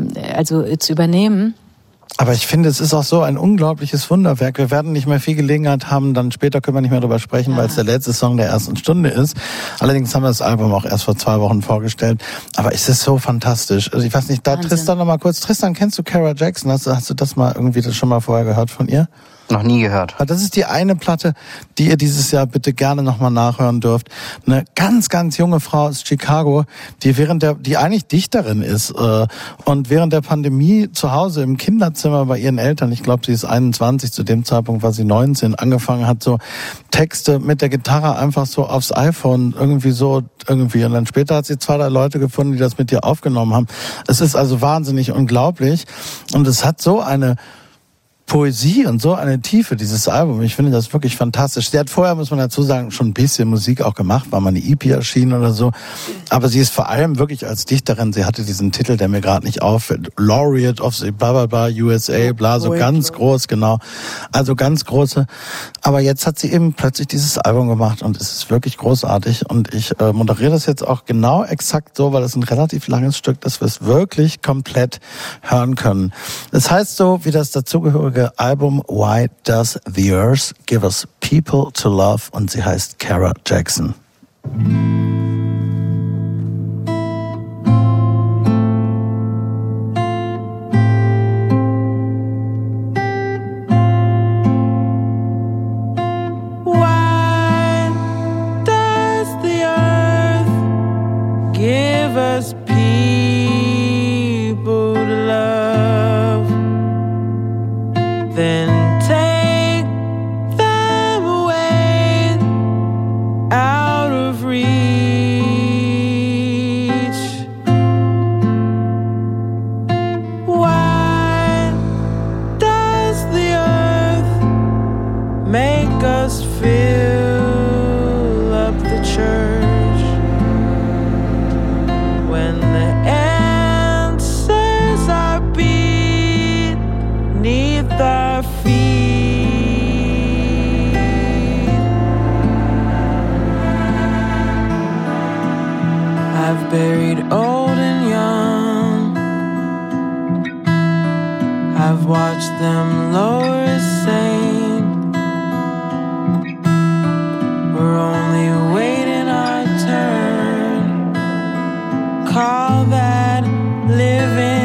übernehmen. Aber ich finde, es ist auch so ein unglaubliches Wunderwerk. Wir werden nicht mehr viel Gelegenheit haben, dann später können wir nicht mehr drüber sprechen, weil es der letzte Song der ersten Stunde ist. Allerdings haben wir das Album auch erst vor 2 Wochen vorgestellt. Aber es ist so fantastisch. Also ich weiß nicht, da Wahnsinn. Tristan noch mal kurz. Tristan, kennst du Cara Jackson? Hast du das mal irgendwie schon mal vorher gehört von ihr? Noch nie gehört. Das ist die eine Platte, die ihr dieses Jahr bitte gerne nochmal nachhören dürft. Eine ganz, ganz junge Frau aus Chicago, die eigentlich Dichterin ist und während der Pandemie zu Hause im Kinderzimmer bei ihren Eltern, ich glaube, sie ist 21, zu dem Zeitpunkt war sie 19, angefangen hat, so Texte mit der Gitarre einfach so aufs iPhone irgendwie. Und dann später hat sie 2, 3 Leute gefunden, die das mit ihr aufgenommen haben. Es ist also wahnsinnig unglaublich und es hat so eine Poesie und so eine Tiefe, dieses Album. Ich finde das wirklich fantastisch. Sie hat vorher, muss man dazu sagen, schon ein bisschen Musik auch gemacht, war mal eine EP erschienen oder so. Aber sie ist vor allem wirklich als Dichterin, sie hatte diesen Titel, der mir gerade nicht auffällt, Laureate of the bla bla bla, USA, bla, so ganz groß, genau. Also ganz große. Aber jetzt hat sie eben plötzlich dieses Album gemacht und es ist wirklich großartig. Und ich moderiere das jetzt auch genau exakt so, weil es ein relativ langes Stück, dass wir es wirklich komplett hören können. Es heißt so, wie das dazugehörige Album Why Does the Earth Give Us People to Love, und sie heißt Cara Jackson. Why does the earth give us people to love? Then take them away out of reach. make us fill up the church when the answers are beneath our feet. I've buried old and young, I've watched them lower as sane. We're only waiting our turn. Call that living.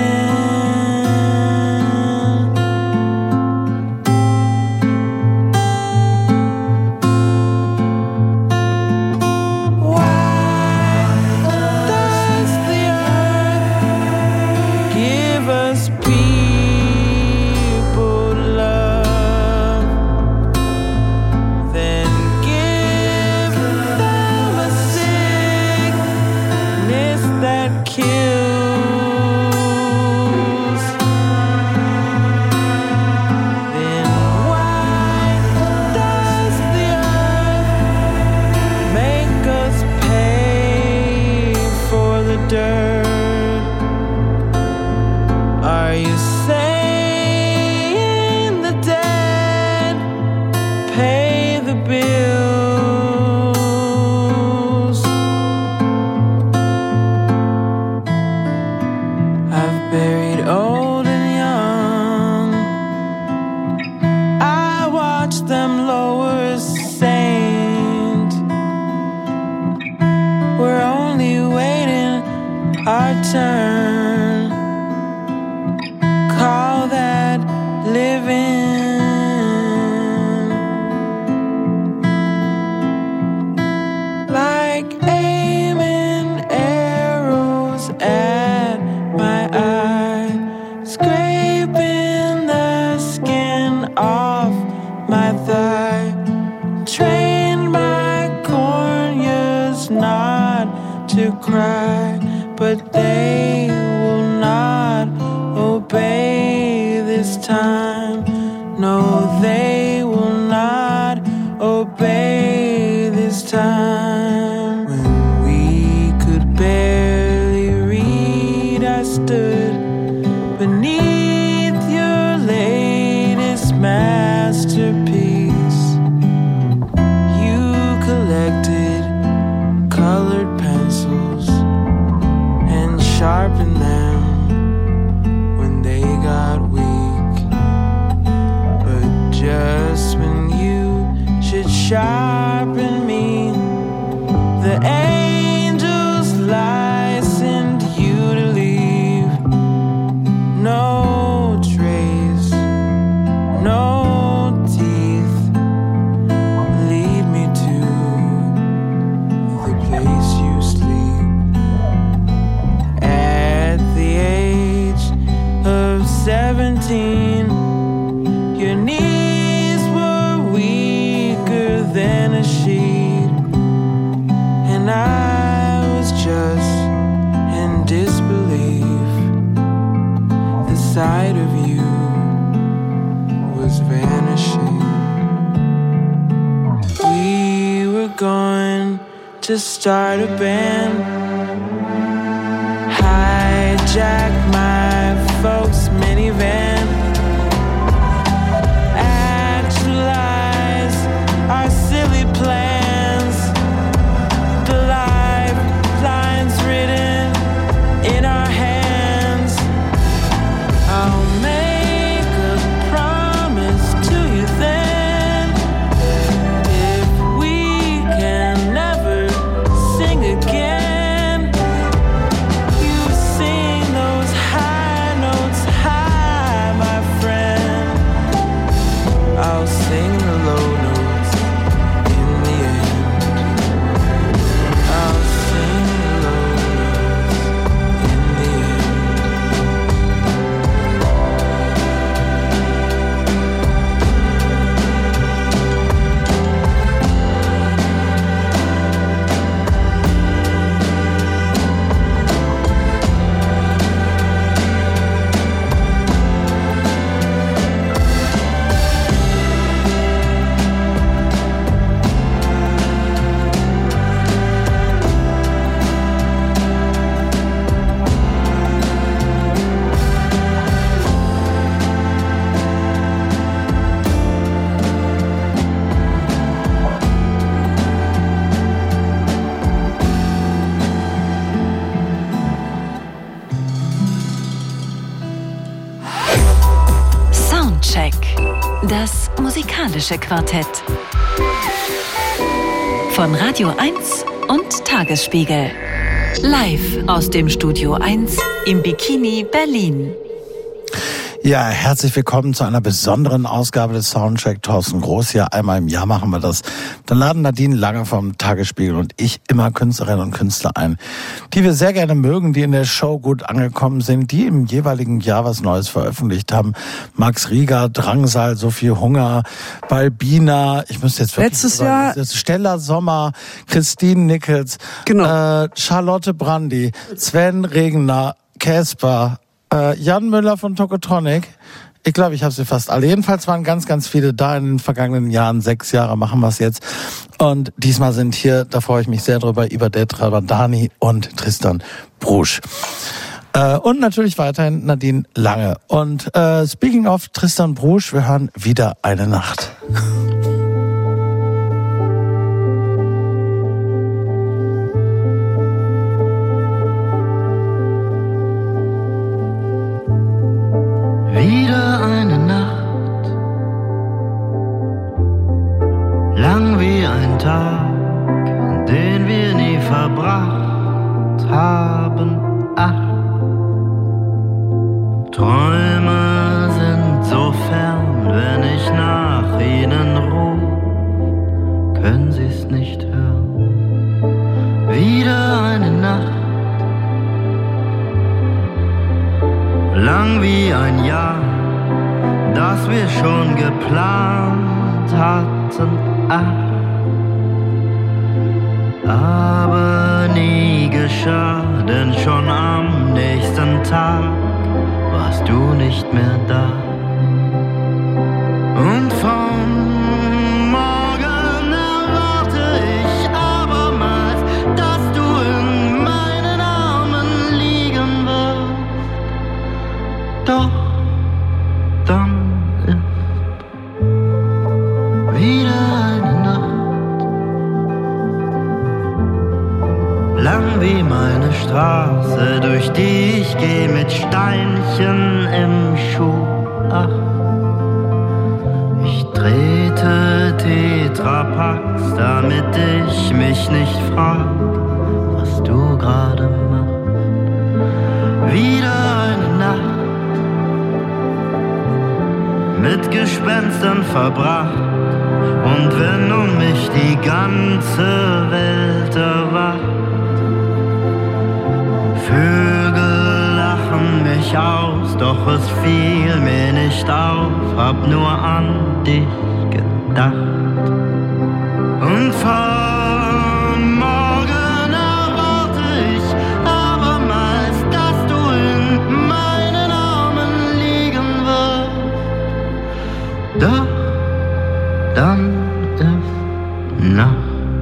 To start a band, hijack my folks' minivan, actualize our silly plans, the lifelines written in our hands. I'll make a promise to you then, if we can again, you sing those Das musikalische Quartett. Von Radio 1 und Tagesspiegel. Live aus dem Studio 1 im Bikini Berlin. Ja, herzlich willkommen zu einer besonderen Ausgabe des Soundcheck. Thorsten Groß hier. Einmal im Jahr machen wir das. Dann laden Nadine Lange vom Tagesspiegel und ich immer Künstlerinnen und Künstler ein, die wir sehr gerne mögen, die in der Show gut angekommen sind, die im jeweiligen Jahr was Neues veröffentlicht haben. Max Rieger, Drangsal, Sophie Hunger, Balbina, ich müsste jetzt wirklich letztes Jahr Stella Sommer, Christine Nichols, genau. Charlotte Brandy, Sven Regner, Casper, Jan Müller von Tokotronic. Ich glaube, ich habe sie fast alle. Jedenfalls waren ganz, ganz viele da in den vergangenen Jahren. 6 Jahre machen wir es jetzt. Und diesmal sind hier, da freue ich mich sehr drüber, Ibadet Rabadani und Tristan Brusch. Und natürlich weiterhin Nadine Lange. Und speaking of Tristan Brusch, wir hören wieder eine Nacht. Wieder eine Nacht, lang wie ein Tag, den wir nie verbracht haben. Ach, Träume sind so fern, wenn ich nach ihnen rufe, können sie's nicht hören. Wieder eine Nacht, lang wie ein Jahr, das wir schon geplant hatten, ach, aber nie geschah, denn schon am nächsten Tag warst du nicht mehr da. Und von morgen erwarte ich abermals, dass du in meinen Armen liegen wirst. Doch dann ist wieder eine Nacht, lang wie meine Straße, durch die ich geh mit Steinchen im Schuh. Ach, ich trete Tetrapaks, damit ich mich nicht frag, was du gerade machst. Wieder eine Nacht, mit Gespenstern verbracht, und wenn um mich die ganze Welt erwacht, Vögel lachen mich aus, doch es fiel mir nicht auf, hab nur an dich gedacht. Und von morgen erwarte ich abermals, dass du in meinen Armen liegen wirst. Doch dann ist Nacht.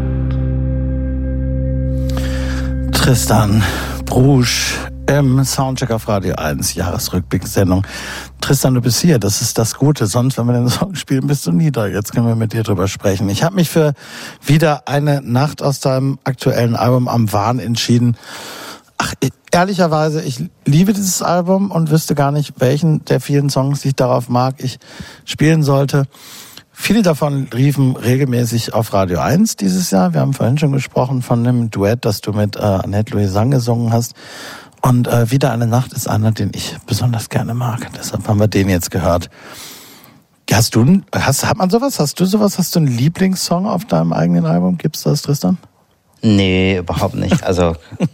Tristan Brusch im Soundcheck auf Radio 1, Jahresrückblickssendung. Tristan, du bist hier, das ist das Gute. Sonst, wenn wir den Song spielen, bist du nie da. Jetzt können wir mit dir drüber sprechen. Ich habe mich für wieder eine Nacht aus deinem aktuellen Album Am Wahn entschieden. Ach, ehrlicherweise, ich liebe dieses Album und wüsste gar nicht, welchen der vielen Songs, die ich darauf mag, ich spielen sollte. Viele davon liefen regelmäßig auf Radio 1 dieses Jahr. Wir haben vorhin schon gesprochen von einem Duett, das du mit Annette Louisanne gesungen hast. Und Wieder eine Nacht ist einer, den ich besonders gerne mag. Deshalb haben wir den jetzt gehört. Hat man sowas? Hast du sowas? Hast du einen Lieblingssong auf deinem eigenen Album? Gibt's das, Tristan? Nee, überhaupt nicht. Also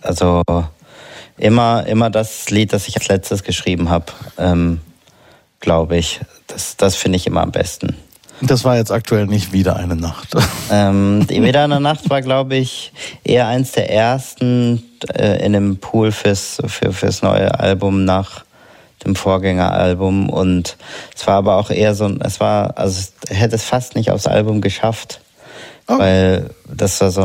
immer das Lied, das ich als letztes geschrieben habe, glaube ich. Das finde ich immer am besten. Das war jetzt aktuell nicht Wieder eine Nacht. Wieder eine Nacht war, glaube ich, eher eins der ersten in dem Pool fürs neue Album nach dem Vorgängeralbum. Und es war aber auch eher es hätte es fast nicht aufs Album geschafft. Oh. Weil das war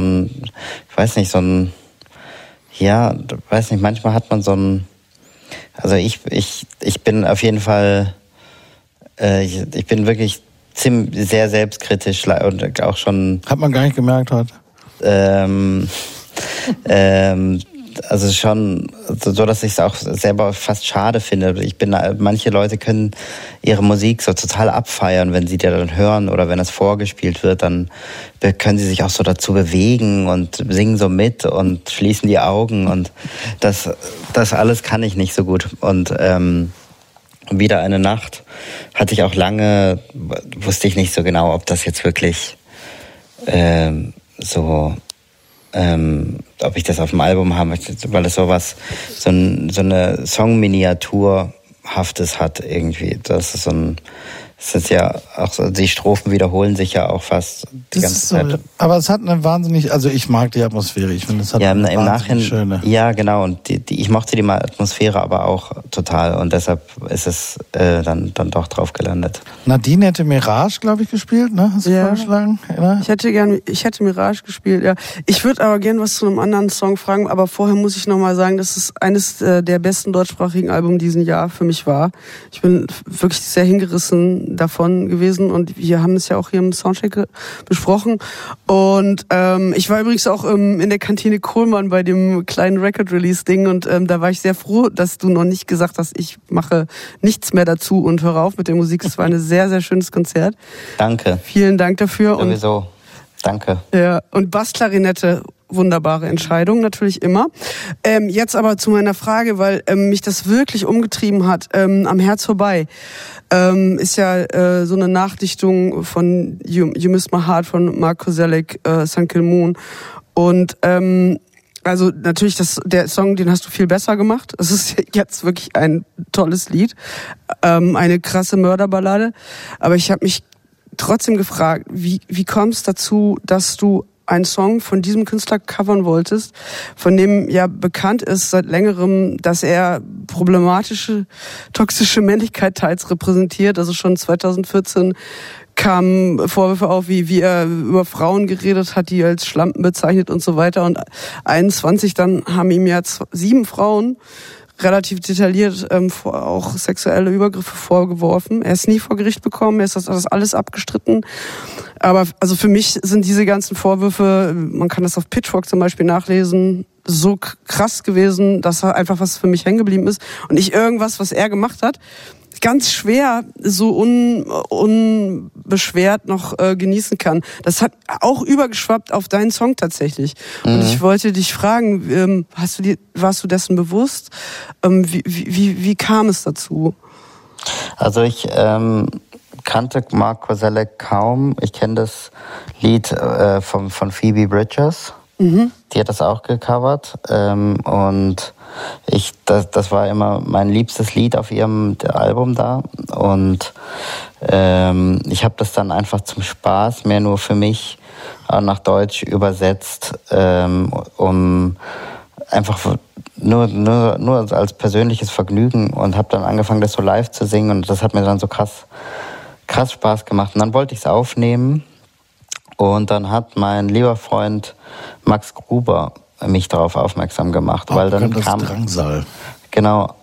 manchmal hat man also ich bin auf jeden Fall, ich bin wirklich sehr selbstkritisch und auch schon... Hat man gar nicht gemerkt heute. also schon so, dass ich es auch selber fast schade finde. Manche Leute können ihre Musik so total abfeiern, wenn sie die dann hören oder wenn es vorgespielt wird, dann können sie sich auch so dazu bewegen und singen so mit und schließen die Augen und das alles kann ich nicht so gut. Und Wieder eine Nacht hatte ich auch lange, wusste ich nicht so genau, ob das jetzt wirklich ob ich das auf dem Album haben möchte, weil es so eine Song-Miniaturhaftes hat irgendwie. Das ist ja auch so, die Strophen wiederholen sich ja auch fast die ganze Zeit. Aber es hat eine wahnsinnig, also ich mag die Atmosphäre, ich finde, es hat eine wahnsinnig schöne. Ja, genau, und ich mochte die Atmosphäre aber auch total und deshalb ist es dann doch drauf gelandet. Nadine hätte Mirage, glaube ich, gespielt, ne? Hast du vorgeschlagen? Ja. Ich hätte Mirage gespielt, ja. Ich würde aber gerne was zu einem anderen Song fragen, aber vorher muss ich nochmal sagen, dass es eines der besten deutschsprachigen Alben diesen Jahr für mich war. Ich bin wirklich sehr hingerissen davon gewesen und wir haben es ja auch hier im Soundcheck besprochen und ich war übrigens auch in der Kantine Kohlmann bei dem kleinen Record-Release-Ding und da war ich sehr froh, dass du noch nicht gesagt hast, ich mache nichts mehr dazu und höre auf mit der Musik. Es war ein sehr, sehr schönes Konzert. Danke. Vielen Dank dafür. Sowieso. Danke. Ja, und Bassklarinette, wunderbare Entscheidung, natürlich immer. Jetzt aber zu meiner Frage, weil mich das wirklich umgetrieben hat. Am Herz vorbei ist ja so eine Nachdichtung von You Miss My Heart von Mark Koselleck, Sun Kil Moon. Und also natürlich, der Song, den hast du viel besser gemacht. Es ist jetzt wirklich ein tolles Lied, eine krasse Mörderballade. Aber ich habe mich trotzdem gefragt, wie kommt es dazu, dass du einen Song von diesem Künstler covern wolltest, von dem ja bekannt ist seit längerem, dass er problematische, toxische Männlichkeit teils repräsentiert. Also schon 2014 kamen Vorwürfe auf, wie er über Frauen geredet hat, die als Schlampen bezeichnet und so weiter. Und 21 dann haben ihm ja 7 Frauen relativ detailliert auch sexuelle Übergriffe vorgeworfen. Er ist nie vor Gericht bekommen, er ist das alles abgestritten. Aber also für mich sind diese ganzen Vorwürfe, man kann das auf Pitchfork zum Beispiel nachlesen, so krass gewesen, dass er einfach was für mich hängen geblieben ist. Und nicht irgendwas, was er gemacht hat, ganz schwer so unbeschwert noch genießen kann. Das hat auch übergeschwappt auf deinen Song tatsächlich. Mhm. Und ich wollte dich fragen, warst du dessen bewusst? Wie kam es dazu? Also ich kannte Mark Koselleck kaum. Ich kenne das Lied von Phoebe Bridgers. Mhm. Die hat das auch gecovert. Und das war immer mein liebstes Lied auf ihrem Album da. Und ich habe das dann einfach zum Spaß, mehr nur für mich, auch nach Deutsch übersetzt, um einfach nur als persönliches Vergnügen und habe dann angefangen, das so live zu singen. Und das hat mir dann so krass Spaß gemacht. Und dann wollte ich es aufnehmen. Und dann hat mein lieber Freund Max Gruber mich darauf aufmerksam gemacht, weil dann kam Drangsal. Genau.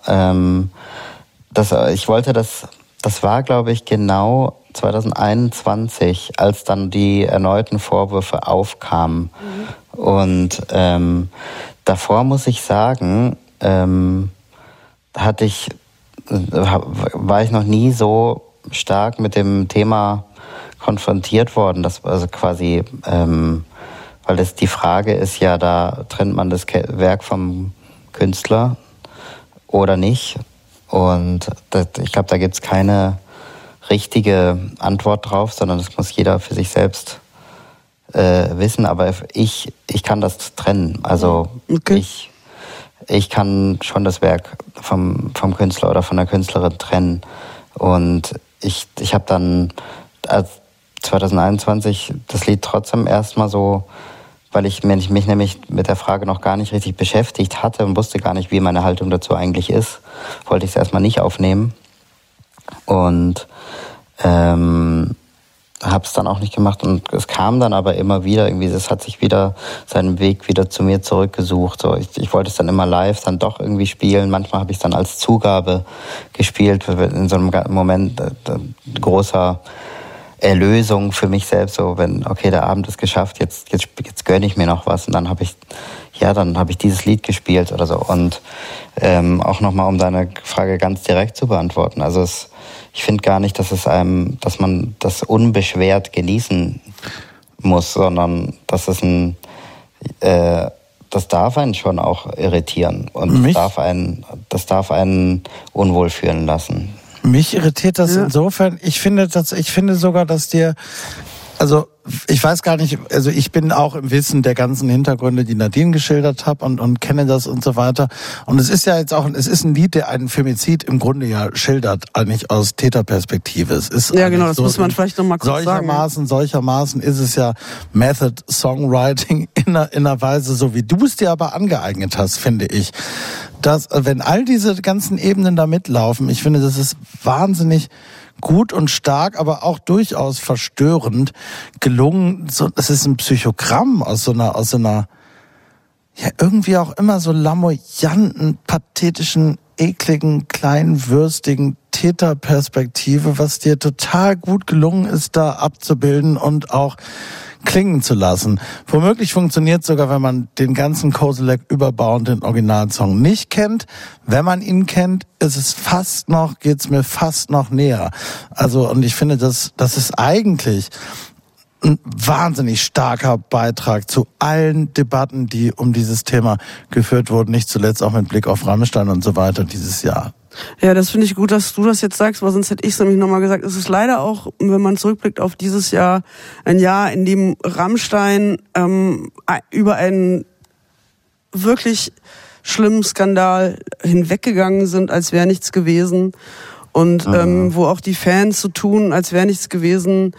Ich wollte das war, glaube ich, genau 2021, als dann die erneuten Vorwürfe aufkamen. Mhm. Und davor muss ich sagen, war ich noch nie so stark mit dem Thema konfrontiert worden, dass also quasi, weil das die Frage ist ja, da trennt man das Werk vom Künstler oder nicht. Und ich glaube, da gibt es keine richtige Antwort drauf, sondern das muss jeder für sich selbst wissen. Aber ich kann das trennen. Also okay. Ich kann schon das Werk vom Künstler oder von der Künstlerin trennen. Und ich habe dann 2021 das Lied trotzdem erstmal so, weil ich mich nämlich mit der Frage noch gar nicht richtig beschäftigt hatte und wusste gar nicht, wie meine Haltung dazu eigentlich ist, wollte ich es erstmal nicht aufnehmen und habe es dann auch nicht gemacht und es kam dann aber immer wieder irgendwie, es hat sich wieder seinen Weg wieder zu mir zurückgesucht. So, ich wollte es dann immer live dann doch irgendwie spielen. Manchmal habe ich es dann als Zugabe gespielt, in so einem Moment großer Erlösung für mich selbst, so wenn, okay, der Abend ist geschafft, jetzt gönne ich mir noch was und dann habe ich dieses Lied gespielt oder so. Und auch nochmal, um deine Frage ganz direkt zu beantworten, also ich finde gar nicht, dass man das unbeschwert genießen muss, sondern das darf einen schon auch irritieren und das darf einen unwohl fühlen lassen. Mich irritiert das insofern, ich finde sogar, dass dir, also ich weiß gar nicht, also ich bin auch im Wissen der ganzen Hintergründe, die Nadine geschildert hat und kenne das und so weiter. Und es ist ja jetzt auch, es ist ein Lied, der einen Femizid im Grunde ja schildert, eigentlich aus Täterperspektive. Es ist ja genau, das so muss man vielleicht nochmal kurz sagen. Solchermaßen ist es ja Method Songwriting in einer Weise, so wie du es dir aber angeeignet hast, finde ich. Dass, wenn all diese ganzen Ebenen da mitlaufen, ich finde, das ist wahnsinnig gut und stark, aber auch durchaus verstörend gelungen. So, es ist ein Psychogramm aus so einer, ja, irgendwie auch immer so lamoyanten, pathetischen, ekligen, kleinwürstigen Täterperspektive, was dir total gut gelungen ist, da abzubilden und auch klingen zu lassen. Womöglich funktioniert sogar, wenn man den ganzen Koselleck überbauend den Originalsong nicht kennt. Wenn man ihn kennt, geht's mir fast noch näher. Also, und ich finde, das ist eigentlich ein wahnsinnig starker Beitrag zu allen Debatten, die um dieses Thema geführt wurden, nicht zuletzt auch mit Blick auf Rammstein und so weiter dieses Jahr. Ja, das finde ich gut, dass du das jetzt sagst, weil sonst hätte ich es nämlich nochmal gesagt. Es ist leider auch, wenn man zurückblickt auf dieses Jahr, ein Jahr, in dem Rammstein über einen wirklich schlimmen Skandal hinweggegangen sind, als wäre nichts gewesen. Und wo auch die Fans so tun, als wäre nichts gewesen.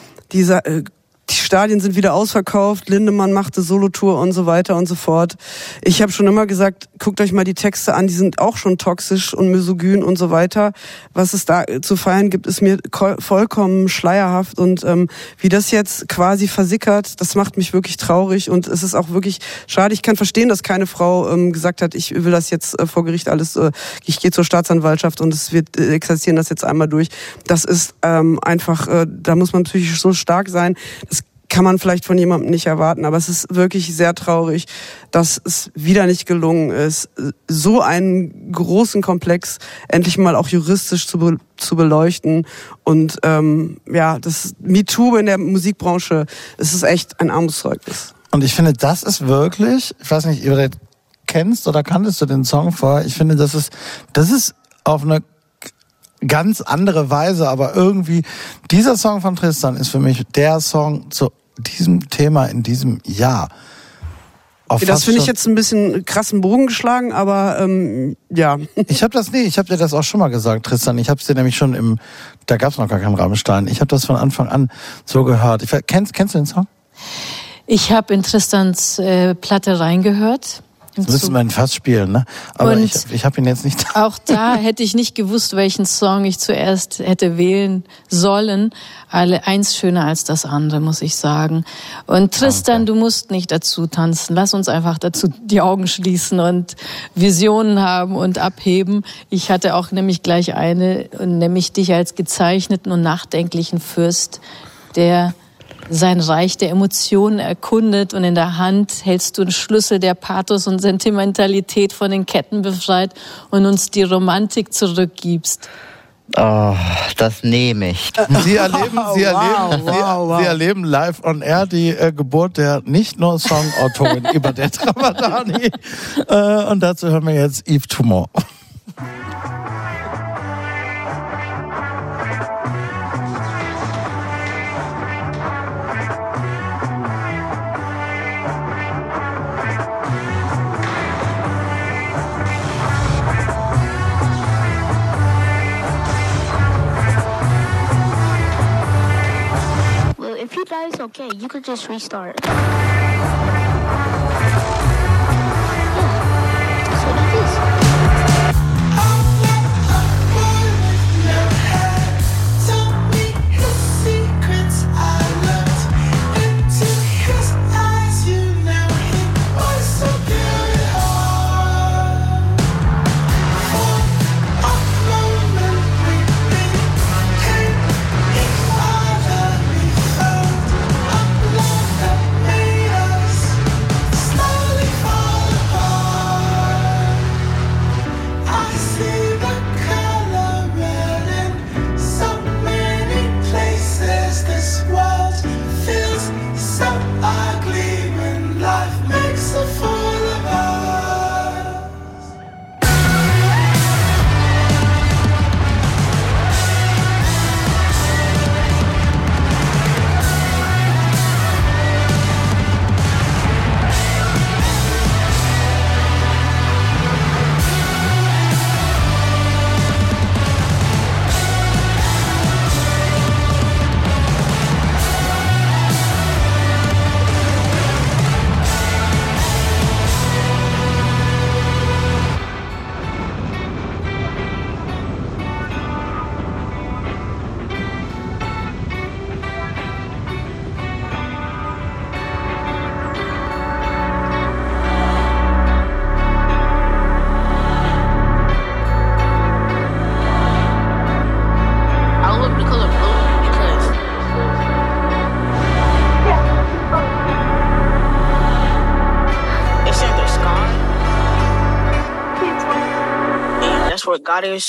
Die Stadien sind wieder ausverkauft, Lindemann machte Solotour und so weiter und so fort. Ich habe schon immer gesagt, guckt euch mal die Texte an, die sind auch schon toxisch und misogyn und so weiter. Was es da zu feiern gibt, ist mir vollkommen schleierhaft und wie das jetzt quasi versickert, das macht mich wirklich traurig und es ist auch wirklich schade. Ich kann verstehen, dass keine Frau gesagt hat, ich will das jetzt vor Gericht alles, ich gehe zur Staatsanwaltschaft und es wird exerzieren das jetzt einmal durch. Das ist einfach, da muss man psychisch so stark sein. Das kann man vielleicht von jemandem nicht erwarten, aber es ist wirklich sehr traurig, dass es wieder nicht gelungen ist, so einen großen Komplex endlich mal auch juristisch zu beleuchten. Und das MeToo in der Musikbranche, es ist echt ein Armutszeugnis. Und ich finde, das ist wirklich, ich weiß nicht, ihr kennst oder kanntest du den Song vorher, ich finde, das ist auf eine ganz andere Weise, aber irgendwie, dieser Song von Tristan ist für mich der Song zu diesem Thema in diesem Jahr. Das finde ich jetzt ein bisschen krassen Bogen geschlagen, aber ja. Ich habe dir das auch schon mal gesagt, Tristan. Ich habe es dir nämlich schon da gab es noch gar keinen Rammstein. Ich habe das von Anfang an so gehört. Kennst du den Song? Ich habe in Tristans Platte reingehört. Das müssen wir fast spielen, ne? Aber ich habe ihn jetzt nicht. Auch da hätte ich nicht gewusst, welchen Song ich zuerst hätte wählen sollen. Eins schöner als das andere, muss ich sagen. Und Tristan, Du musst nicht dazu tanzen. Lass uns einfach dazu die Augen schließen und Visionen haben und abheben. Ich hatte auch nämlich gleich eine, nämlich dich als gezeichneten und nachdenklichen Fürst, der sein Reich der Emotionen erkundet und in der Hand hältst du einen Schlüssel, der Pathos und Sentimentalität von den Ketten befreit und uns die Romantik zurückgibst. Oh, das nehme ich. Sie erleben live on air die Geburt der nicht nur Songautorin Ibadeth Ramadani. Und dazu hören wir jetzt Yves Tumor. If you die, it's okay. You could just restart. Yeah. That's what it is. for a goddess.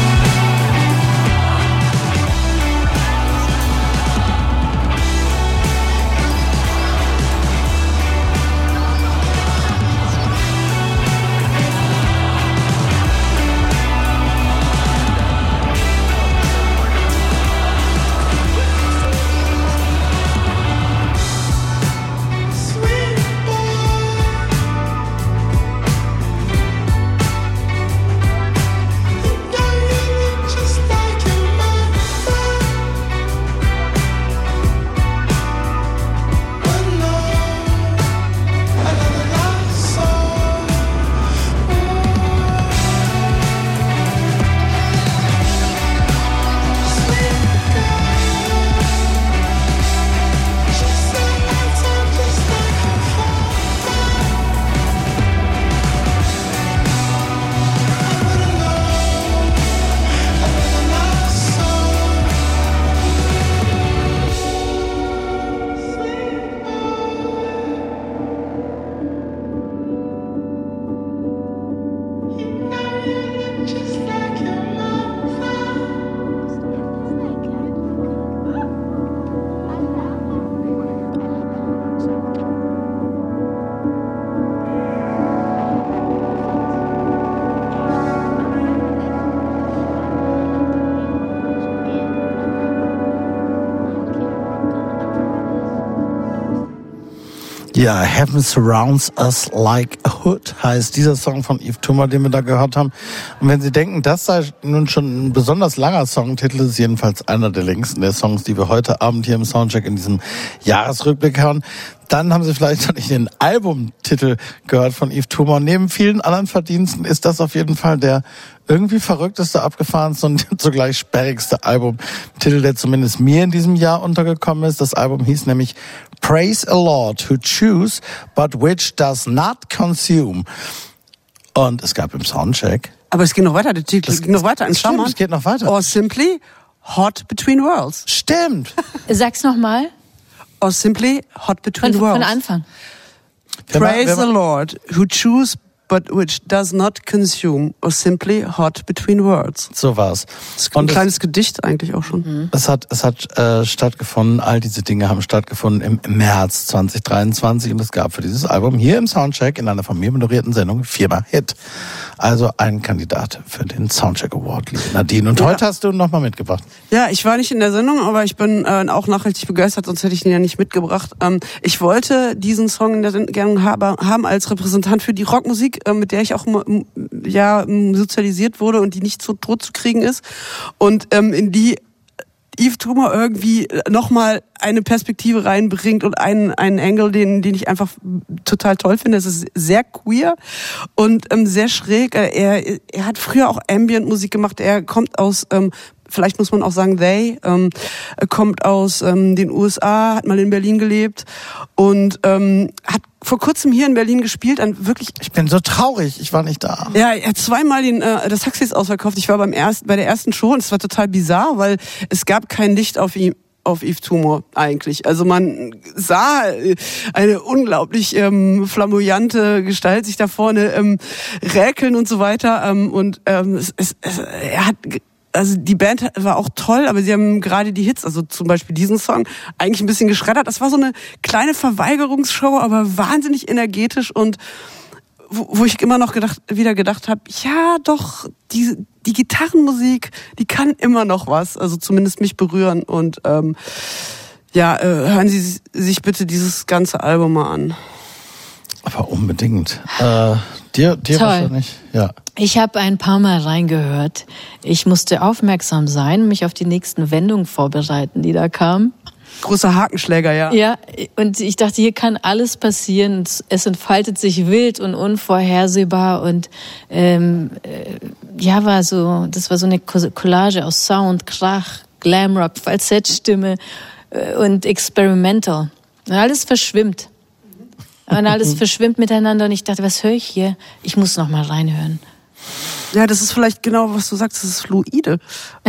Ja, Heaven Surrounds Us Like a Hood heißt dieser Song von Yves Tumor, den wir da gehört haben. Und wenn Sie denken, das sei nun schon ein besonders langer Songtitel, ist jedenfalls einer der längsten der Songs, die wir heute Abend hier im Soundcheck in diesem Jahresrückblick hören, dann haben Sie vielleicht noch nicht den Albumtitel gehört von Yves Tumor. Neben vielen anderen Verdiensten ist das auf jeden Fall der irgendwie verrückteste, abgefahrenste und zugleich sperrigste Albumtitel, der zumindest mir in diesem Jahr untergekommen ist. Das Album hieß nämlich Praise a Lord who chews, but which does not consume. Und es gab im Soundcheck... Aber es geht noch weiter, der Titel geht noch weiter. Stimmt, es geht noch weiter. Or simply Hot Between Worlds. Stimmt. Sag's nochmal. Or simply Hot Between Worlds. Von Anfang. Praise the Lord who chews but which does not consume, or simply hot between words. So war's. Das ist ein kleines Gedicht eigentlich auch schon. Es hat stattgefunden, all diese Dinge haben stattgefunden im März 2023 und es gab für dieses Album hier im Soundcheck in einer von mir moderierten Sendung 4-mal Hit. Also ein Kandidat für den Soundcheck Award, liebe Nadine. Und heute hast du ihn nochmal mitgebracht. Ja, ich war nicht in der Sendung, aber ich bin auch nachhaltig begeistert, sonst hätte ich ihn ja nicht mitgebracht. Ich wollte diesen Song in der Sendung haben als Repräsentant für die Rockmusik, mit der ich auch sozialisiert wurde und die nicht so tot zu kriegen ist. Und in die Yves Tumor irgendwie nochmal eine Perspektive reinbringt und einen Angle, den ich einfach total toll finde. Es ist sehr queer und sehr schräg. Er hat früher auch Ambient-Musik gemacht. Er kommt aus, vielleicht muss man auch sagen, kommt aus den USA, hat mal in Berlin gelebt und hat vor kurzem hier in Berlin gespielt. Ich bin so traurig, ich war nicht da. Ja, er hat zweimal das Taxis ausverkauft. Ich war bei der ersten Show und es war total bizarr, weil es gab kein Licht auf Yves Tumor eigentlich. Also man sah eine unglaublich flamboyante Gestalt sich da vorne räkeln und so weiter. Also die Band war auch toll, aber sie haben gerade die Hits, also zum Beispiel diesen Song, eigentlich ein bisschen geschreddert. Das war so eine kleine Verweigerungsshow, aber wahnsinnig energetisch und wo ich immer noch wieder gedacht habe, ja doch, die Gitarrenmusik, die kann immer noch was, also zumindest mich berühren. Und hören Sie sich bitte dieses ganze Album mal an. Aber unbedingt. Dir wahrscheinlich, ja. Ich habe ein paar Mal reingehört. Ich musste aufmerksam sein, mich auf die nächsten Wendungen vorbereiten, die da kamen. Großer Hakenschläger, ja. Ja, und ich dachte, hier kann alles passieren. Es entfaltet sich wild und unvorhersehbar und das war so eine Collage aus Sound, Krach, Glamrock, Falsettstimme und Experimental. Und alles verschwimmt. Und alles verschwimmt miteinander und ich dachte, was höre ich hier? Ich muss noch mal reinhören. Ja, das ist vielleicht genau, was du sagst, das ist fluide.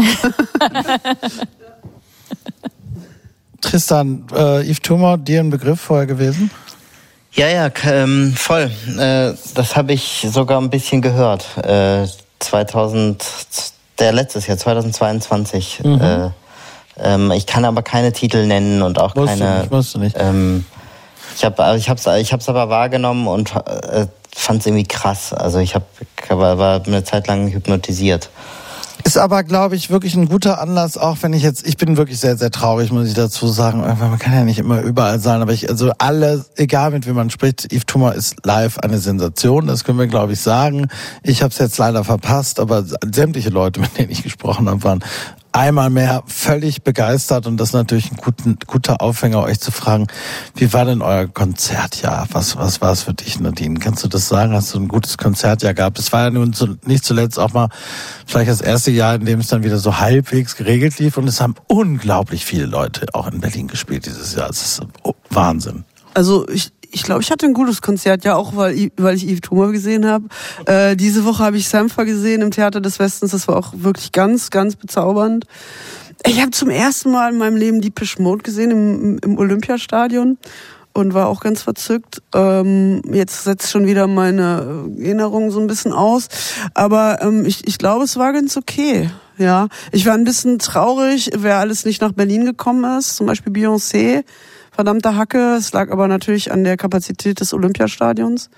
Tristan, Yves Tumor, dir ein Begriff vorher gewesen? Ja, voll. Das habe ich sogar ein bisschen gehört. letztes Jahr, 2022. Ich kann aber keine Titel nennen und auch Musst du nicht. Ich hab's aber wahrgenommen und fand es irgendwie krass. Also war eine Zeit lang hypnotisiert. Ist aber, glaube ich, wirklich ein guter Anlass, auch wenn ich bin wirklich sehr, sehr traurig, muss ich dazu sagen. Man kann ja nicht immer überall sein, aber egal mit wem man spricht, Yves Tumor ist live eine Sensation, das können wir, glaube ich, sagen. Ich habe es jetzt leider verpasst, aber sämtliche Leute, mit denen ich gesprochen habe, waren einmal mehr völlig begeistert und das ist natürlich ein guter Aufhänger, euch zu fragen, wie war denn euer Konzertjahr? Was war es für dich, Nadine? Kannst du das sagen? Hast du ein gutes Konzertjahr gehabt? Es war ja nun nicht zuletzt auch mal vielleicht das erste Jahr, in dem es dann wieder so halbwegs geregelt lief und es haben unglaublich viele Leute auch in Berlin gespielt dieses Jahr. Es ist Wahnsinn. Also ich glaube, ich hatte ein gutes Konzert, ja auch, weil ich Yves Tumor gesehen habe. Diese Woche habe ich Sampha gesehen im Theater des Westens. Das war auch wirklich ganz, ganz bezaubernd. Ich habe zum ersten Mal in meinem Leben Depeche Mode gesehen im Olympiastadion und war auch ganz verzückt. Jetzt setzt schon wieder meine Erinnerung so ein bisschen aus. Aber ich glaube, es war ganz okay. Ja, ich war ein bisschen traurig, wer alles nicht nach Berlin gekommen ist. Zum Beispiel Beyoncé. Verdammte Hacke, es lag aber natürlich an der Kapazität des Olympiastadions.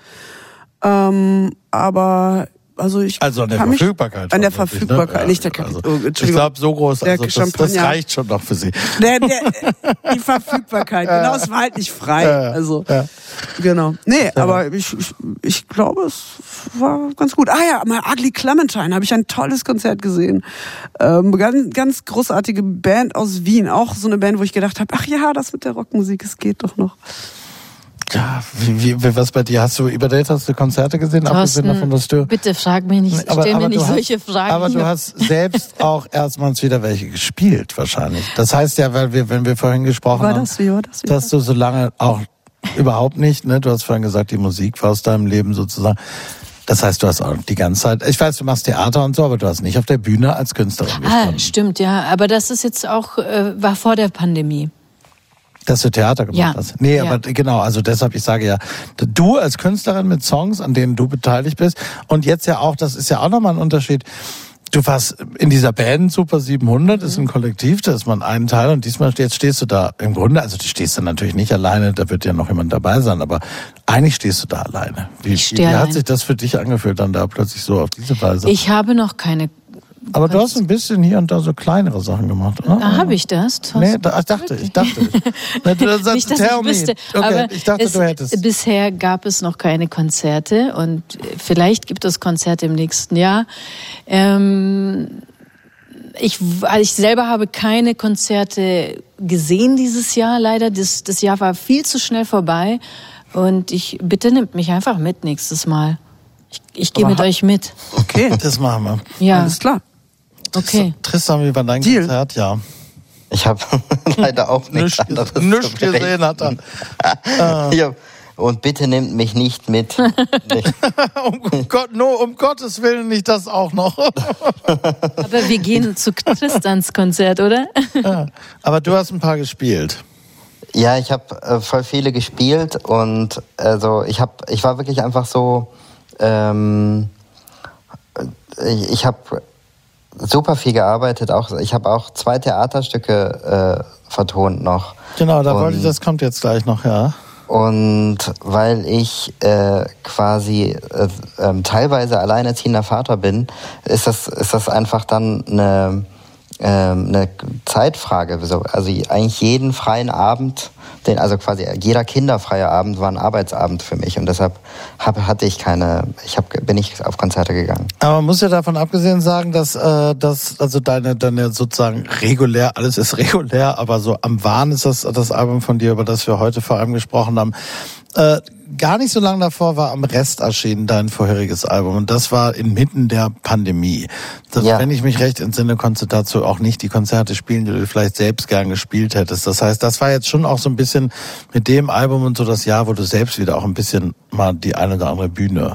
Aber an der Verfügbarkeit. An der Verfügbarkeit, nicht der Kapazität. Ich glaube, so groß, das reicht schon noch für sie. Die Verfügbarkeit, genau, es war halt nicht frei. Genau. Nee, aber ich glaube, es war ganz gut. Mal Ugly Clementine, habe ich ein tolles Konzert gesehen. Ganz großartige Band aus Wien, auch so eine Band, wo ich gedacht habe, ach ja, das mit der Rockmusik, es geht doch noch. Ja, was bei dir? Hast du Konzerte gesehen? Thorsten, davon, dass du bitte frag mich nicht, stell mir nicht solche Fragen. Aber du hast selbst auch erstmals wieder welche gespielt, wahrscheinlich. Das heißt ja, wenn wir vorhin gesprochen haben, dass du so lange auch überhaupt nicht, ne? Du hast vorhin gesagt, die Musik war aus deinem Leben sozusagen. Das heißt, du hast auch die ganze Zeit, ich weiß, du machst Theater und so, aber du hast nicht auf der Bühne als Künstlerin gestanden. Stimmt, ja. Aber das ist jetzt auch, war vor der Pandemie. Dass du Theater gemacht hast. Nee, aber genau, also deshalb, ich sage ja, du als Künstlerin mit Songs, an denen du beteiligt bist und jetzt ja auch, das ist ja auch nochmal ein Unterschied, du warst in dieser Band Super 700, ist ein Kollektiv, da ist man einen Teil und diesmal stehst du da im Grunde, also du stehst da natürlich nicht alleine, da wird ja noch jemand dabei sein, aber eigentlich stehst du da alleine. Wie hat sich das für dich angefühlt, dann da plötzlich so auf diese Weise? Ich habe noch keine. Aber du hast ein bisschen hier und da so kleinere Sachen gemacht, oder? Habe ich das? Nee, ich dachte. Nicht, dass ich wüsste, okay, aber ich dachte, du hättest. Bisher gab es noch keine Konzerte und vielleicht gibt es Konzerte im nächsten Jahr. Ich selber habe keine Konzerte gesehen dieses Jahr, leider. Das Jahr war viel zu schnell vorbei und bitte nehmt mich einfach mit nächstes Mal. Ich gehe mit euch mit. Okay, das machen wir. Ja. Alles klar. Okay. Tristan, wie war dein Konzert? Ja. Ich habe leider auch nichts anderes nichts gesehen hat er. Ja. Und bitte nehmt mich nicht mit. um Gottes Willen nicht das auch noch. Aber wir gehen zu Tristans Konzert, oder? Ja. Aber du hast ein paar gespielt. Ja, ich habe voll viele gespielt und also ich war wirklich einfach so. Ich habe super viel gearbeitet, ich habe auch 2 Theaterstücke vertont noch. Genau, das kommt jetzt gleich noch, ja. Und weil ich quasi teilweise alleinerziehender Vater bin, ist das einfach dann eine Zeitfrage. Also eigentlich jeden freien Abend, quasi jeder kinderfreie Abend war ein Arbeitsabend für mich und deshalb bin ich auf Konzerte gegangen. Aber man muss ja davon abgesehen sagen, dass deine sozusagen regulär, alles ist regulär, aber so am Wahn ist das Album von dir, über das wir heute vor allem gesprochen haben. Gar nicht so lange davor war am Rest erschienen dein vorheriges Album und das war inmitten der Pandemie. Wenn ich mich recht entsinne, konntest du dazu auch nicht die Konzerte spielen, die du vielleicht selbst gern gespielt hättest. Das heißt, das war jetzt schon auch so ein bisschen mit dem Album und so das Jahr, wo du selbst wieder auch ein bisschen mal die eine oder andere Bühne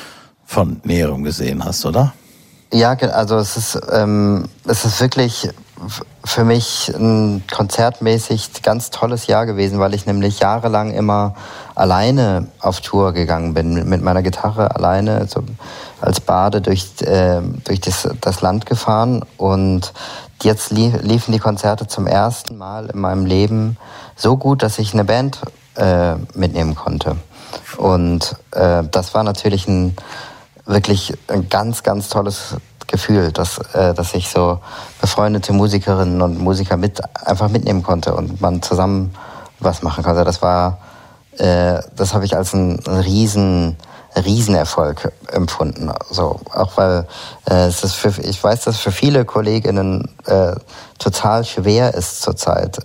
von Näherung gesehen hast, oder? Ja, also es ist wirklich für mich ein konzertmäßig ganz tolles Jahr gewesen, weil ich nämlich jahrelang immer alleine auf Tour gegangen bin, mit meiner Gitarre alleine, also als Bade durch das Land gefahren. Und jetzt liefen die Konzerte zum ersten Mal in meinem Leben so gut, dass ich eine Band mitnehmen konnte. Und das war natürlich wirklich ein ganz, ganz tolles Gefühl, dass ich so befreundete Musikerinnen und Musiker einfach mitnehmen konnte und man zusammen was machen konnte. Das habe ich als einen Riesenerfolg empfunden. So, auch weil ich weiß, dass für viele KollegInnen total schwer ist zurzeit,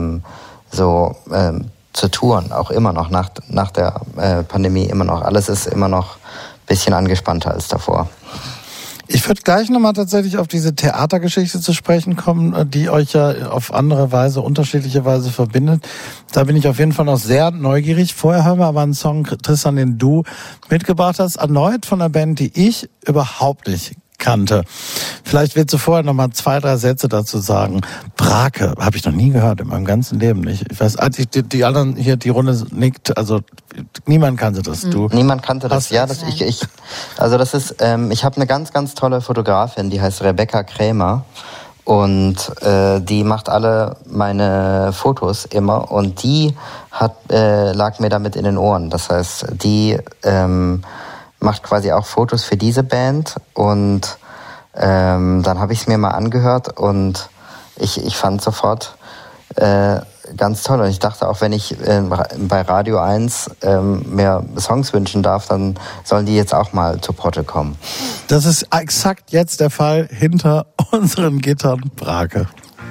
zu touren, auch immer noch nach der Pandemie immer noch. Alles ist immer noch ein bisschen angespannter als davor. Ich würde gleich nochmal tatsächlich auf diese Theatergeschichte zu sprechen kommen, die euch ja auf andere Weise, unterschiedliche Weise verbindet. Da bin ich auf jeden Fall noch sehr neugierig. Vorher hören wir aber einen Song, Tristan, den du mitgebracht hast, erneut von einer Band, die ich überhaupt nicht kannte. Vielleicht willst du vorher noch mal 2, 3 Sätze dazu sagen. Brake habe ich noch nie gehört, in meinem ganzen Leben nicht. Ich weiß, als die anderen hier, die Runde nickt, also niemand kannte das. Niemand kannte das, ja. Ich habe eine ganz, ganz tolle Fotografin, die heißt Rebecca Krämer. Und die macht alle meine Fotos immer. Und die lag mir damit in den Ohren. Das heißt, die macht quasi auch Fotos für diese Band und dann habe ich es mir mal angehört und ich fand sofort ganz toll. Und ich dachte auch, wenn ich bei Radio 1 mir Songs wünschen darf, dann sollen die jetzt auch mal zu Potte kommen. Das ist exakt jetzt der Fall hinter unseren Gittern. Brake.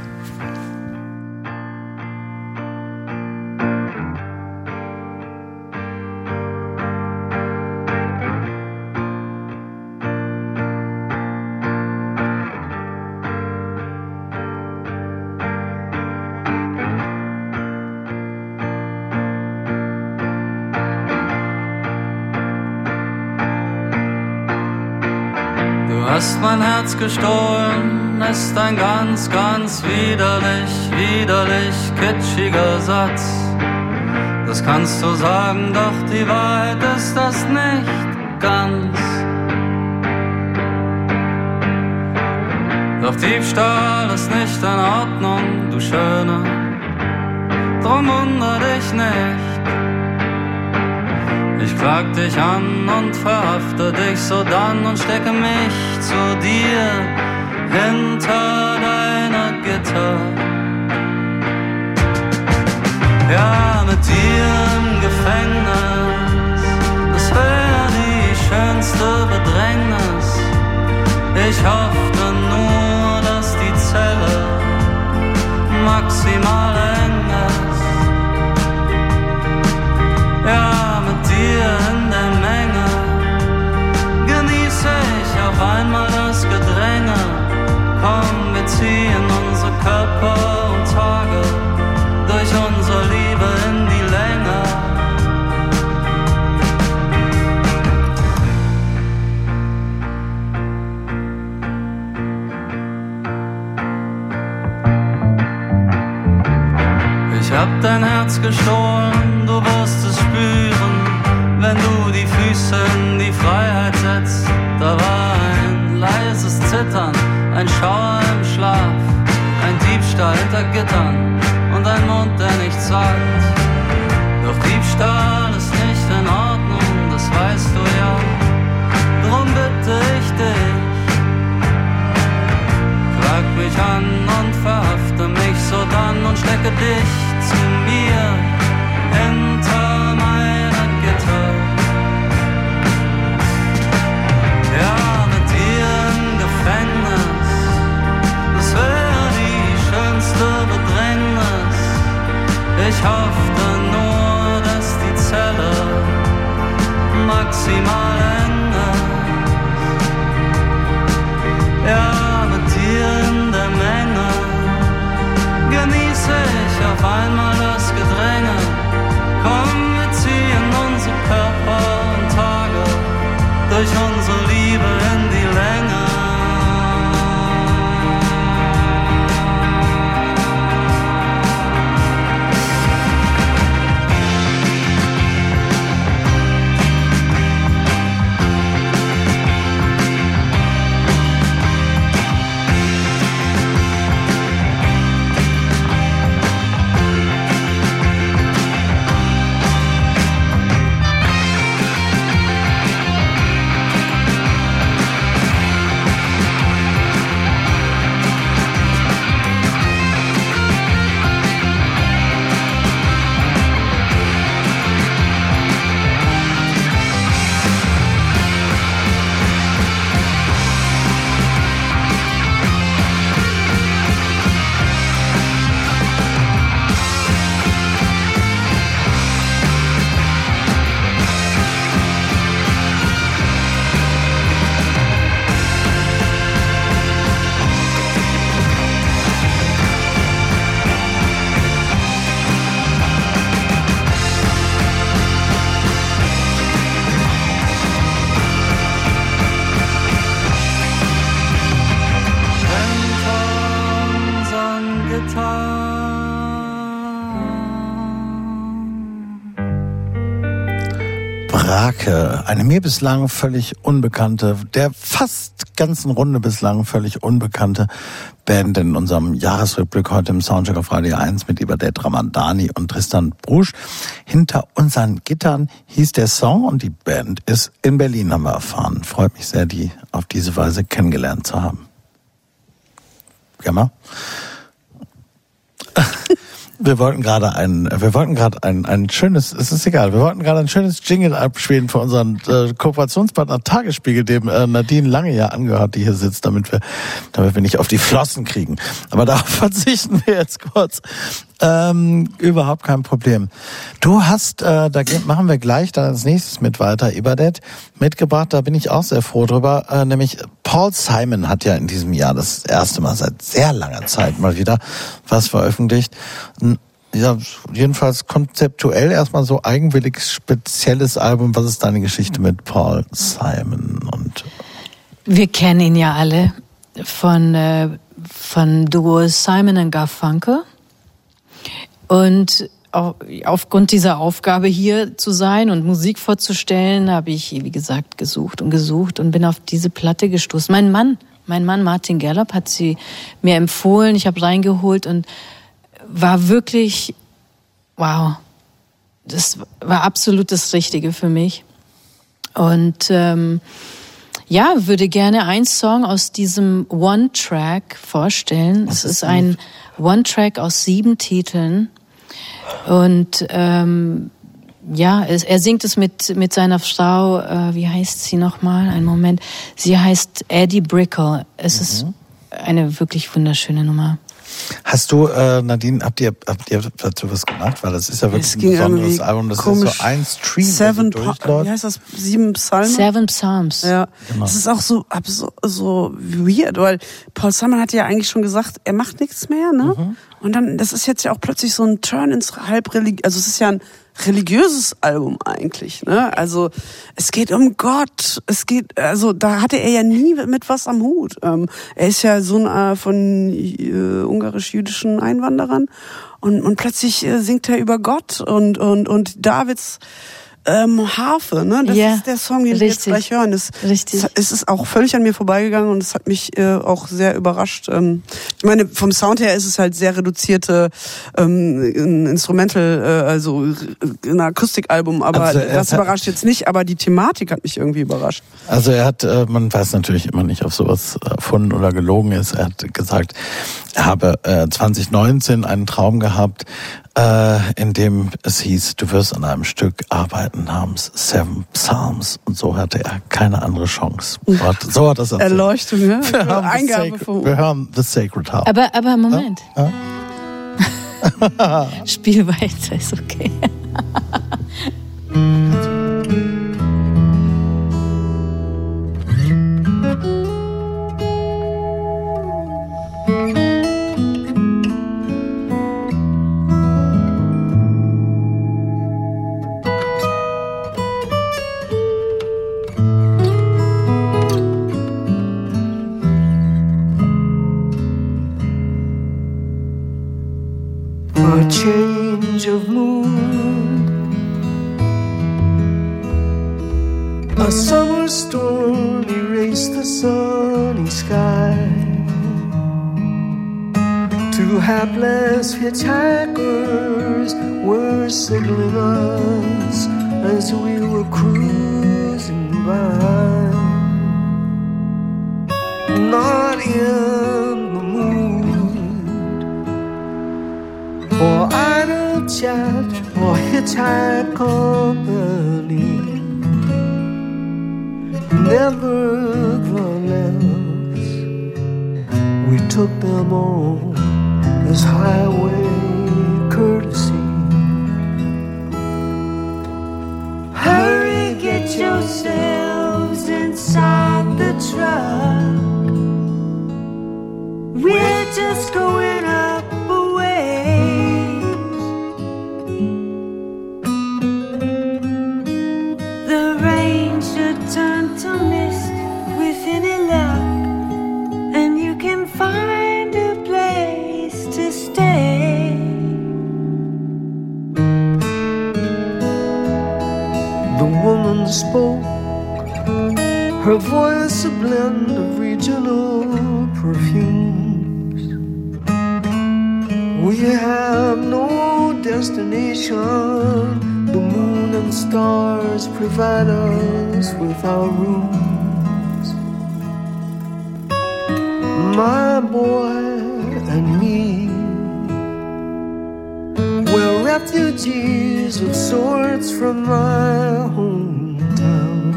Hast mein Herz gestohlen, ist ein ganz, ganz widerlich kitschiger Satz. Das kannst du sagen, doch die Wahrheit ist das nicht ganz. Doch Diebstahl ist nicht in Ordnung, du Schöne, drum wunder dich nicht. Ich klag dich an und verhafte dich sodann und stecke mich zu dir hinter deiner Gitter. Ja, mit dir im Gefängnis, das wär die schönste Bedrängnis. Ich hoffte nur, dass die Zelle maximal eng ist. Ja, mit dir in der Menge genieße ich auf einmal das Gedränge. Komm, wir ziehen unsere Körper und Tage durch unsere Liebe in die Länge. Ich hab dein Herz gestohlen, du wirst es spüren, wenn du die Füße in die Freiheit setzt. Da war ein leises Zittern, ein Schauer im Schlaf, ein Diebstahl hinter Gittern und ein Mund, der nichts sagt. Doch Diebstahl ist nicht in Ordnung, das weißt du ja, drum bitte ich dich. Klag mich an und verhafte mich sodann und stecke dich zu mir hinter meine Gitter. Ja, mit dir im Gefängnis, das wär die schönste Bedrängnis. Ich hoffte nur, dass die Zelle maximal eng ist. Ja, mit dir in der Menge genieße ich auf einmal das Gedränge. Komm, wir ziehen unsere Körper und Tage durch unsere Liebe in die Länge. Brake, eine mir bislang völlig unbekannte, der fast ganzen Runde bislang völlig unbekannte Band in unserem Jahresrückblick heute im Soundcheck auf Radio 1 mit Ibadet Ramadani und Tristan Brusch. Hinter unseren Gittern hieß der Song und die Band ist in Berlin, haben wir erfahren. Freut mich sehr, die auf diese Weise kennengelernt zu haben. Gemma? Wir wollten gerade ein schönes, es ist egal, wir wollten gerade ein schönes Jingle abspielen für unseren Kooperationspartner Tagesspiegel, dem Nadine Lange ja angehört, die hier sitzt, damit wir nicht auf die Flossen kriegen. Aber darauf verzichten wir jetzt kurz. Überhaupt kein Problem. Du hast, machen wir gleich dann als nächstes mit weiter, Ibadet, mitgebracht, da bin ich auch sehr froh drüber, nämlich Paul Simon hat ja in diesem Jahr das erste Mal seit sehr langer Zeit mal wieder was veröffentlicht. Ja, jedenfalls konzeptuell erstmal so eigenwillig spezielles Album. Was ist deine Geschichte mit Paul Simon? Und wir kennen ihn ja alle von Duo Simon & Garfunkel. Und aufgrund dieser Aufgabe hier zu sein und Musik vorzustellen, habe ich, wie gesagt, gesucht und bin auf diese Platte gestoßen. Mein Mann Martin Gerlob hat sie mir empfohlen. Ich habe reingeholt und war wirklich, wow, das war absolut das Richtige für mich. Und würde gerne einen Song aus diesem One-Track vorstellen. Es ist ein One-Track aus 7 Titeln. Und er singt es mit seiner Frau, wie heißt sie nochmal? Einen Moment. Sie heißt Eddie Brickell. Es ist eine wirklich wunderschöne Nummer. Hast du, Nadine, habt ihr dazu was gemacht? Weil das ist ja wirklich ein besonderes Album. Das ist so ein Stream, wie heißt das? 7 Psalmen? 7 Psalms. Ja. Genau. Das ist auch so weird, weil Paul Simon hat ja eigentlich schon gesagt, er macht nichts mehr, ne? Mhm. Und dann, das ist jetzt ja auch plötzlich so ein Turn ins also es ist ja ein religiöses Album eigentlich, ne? Also es geht um Gott, da hatte er ja nie mit was am Hut. Er ist ja Sohn von ungarisch-jüdischen Einwanderern und plötzlich singt er über Gott und Davids Harfe, ne? Das ist der Song, den wir jetzt gleich hören. Es ist auch völlig an mir vorbeigegangen und es hat mich auch sehr überrascht. Ich meine, vom Sound her ist es halt sehr reduzierte Instrumental, also ein Akustikalbum, aber also das überrascht jetzt nicht, aber die Thematik hat mich irgendwie überrascht. Also er hat, man weiß natürlich immer nicht, ob sowas erfunden oder gelogen ist. Er hat gesagt, er habe 2019 einen Traum gehabt, in dem es hieß, du wirst an einem Stück arbeiten namens 7 Psalms. Und so hatte er keine andere Chance. So hat das erzählt. Erleuchtung, ne? Wir hören The Sacred Harp. Aber Moment. Ja? Spiel weiter, ist okay. A change of mood, a summer storm erased the sunny sky. 2 hapless hitchhikers were signaling us as we were cruising by. Not in the mood for idle chat or hitchhike company. Nevertheless, we took them on as highway courtesy. Hurry, get yourselves inside the truck. We're just going up a ways. The rain should turn to mist with any luck, and you can find a place to stay. The woman spoke, her voice a blend of regional perfumes. We have no destination. The moon and stars provide us with our rooms. My boy and me, we're refugees of sorts from my hometown.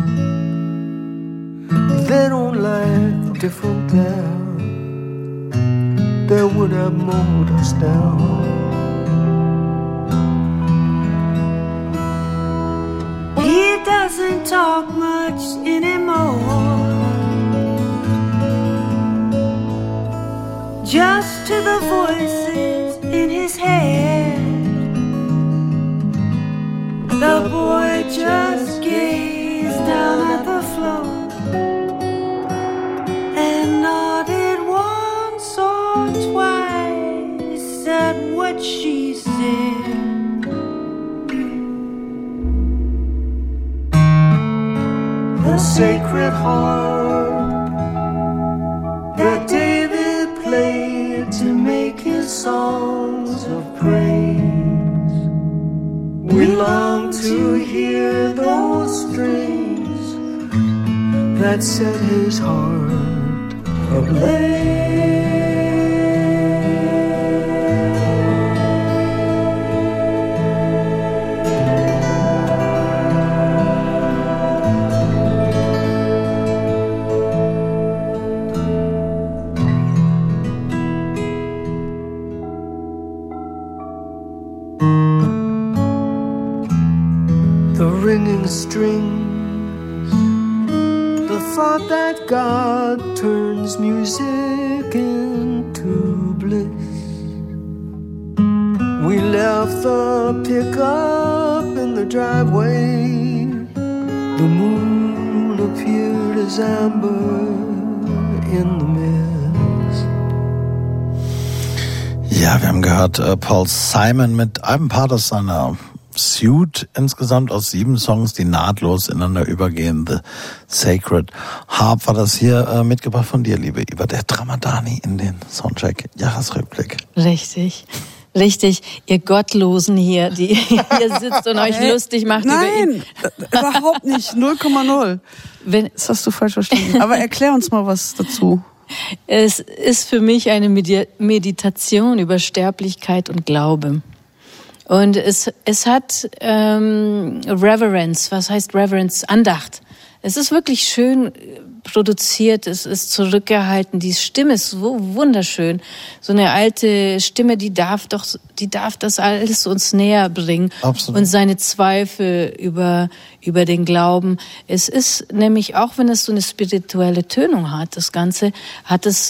They don't like different there. They would have mowed us down. He doesn't talk much anymore, just to the voices in his head. The boy just gazed down at the floor and nodded once or twice at what she said. The sacred harp that David played to make his songs of praise. We long to hear those strings that set his heart ablaze. Ringing strings, the thought that God turns music into bliss. We left the pickup in the driveway. The moon appeared as amber in the mist. Ja, wir haben gehört Paul Simon mit einem Part aus seiner Suite, insgesamt aus 7 Songs, die nahtlos ineinander übergehen. The Sacred Harp war das hier mitgebracht von dir, liebe Yvette Ramadani, in den Soundcheck-Jahresrückblick. Richtig. Ihr Gottlosen hier, die hier sitzt und euch lustig macht über ihn. Nein, überhaupt nicht. 0,0. Das hast du falsch verstanden. Aber erklär uns mal was dazu. Es ist für mich eine Meditation über Sterblichkeit und Glaube. Und es hat Reverence. Was heißt Reverence? Andacht. Es ist wirklich schön produziert, es ist zurückgehalten. Die Stimme ist so wunderschön. So eine alte Stimme, die darf das alles uns näher bringen. Absolut. Und seine Zweifel über den Glauben. Es ist nämlich, auch wenn es so eine spirituelle Tönung hat, das Ganze, lässt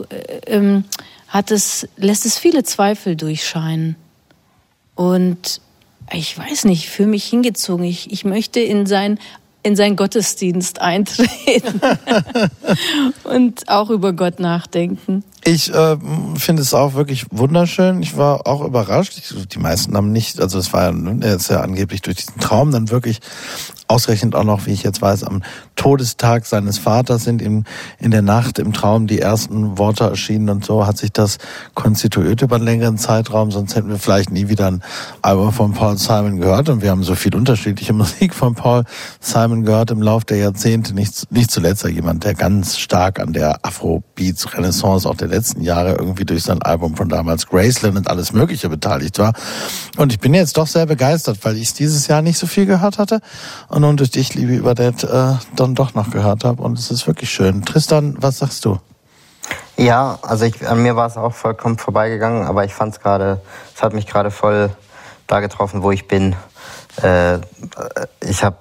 es viele Zweifel durchscheinen. Und ich weiß nicht, ich fühle mich hingezogen. Ich möchte in seinen Gottesdienst eintreten und auch über Gott nachdenken. Ich finde es auch wirklich wunderschön. Ich war auch überrascht. Die meisten haben nicht, also es war er ist ja angeblich durch diesen Traum dann wirklich ausgerechnet auch noch, wie ich jetzt weiß, am Todestag seines Vaters sind ihm in der Nacht im Traum die ersten Worte erschienen und so hat sich das konstituiert über einen längeren Zeitraum, sonst hätten wir vielleicht nie wieder ein Album von Paul Simon gehört und wir haben so viel unterschiedliche Musik von Paul Simon gehört im Laufe der Jahrzehnte, nicht zuletzt jemand, der ganz stark an der Afrobeats-Renaissance auch der letzten Jahre irgendwie durch sein Album von damals Graceland und alles Mögliche beteiligt war. Und ich bin jetzt doch sehr begeistert, weil ich es dieses Jahr nicht so viel gehört hatte und nun durch dich, liebe Yvette, dann doch noch gehört habe und es ist wirklich schön. Tristan, was sagst du? Ja, also an mir war es auch vollkommen vorbeigegangen, aber ich fand es hat mich gerade voll da getroffen, wo ich bin. Ich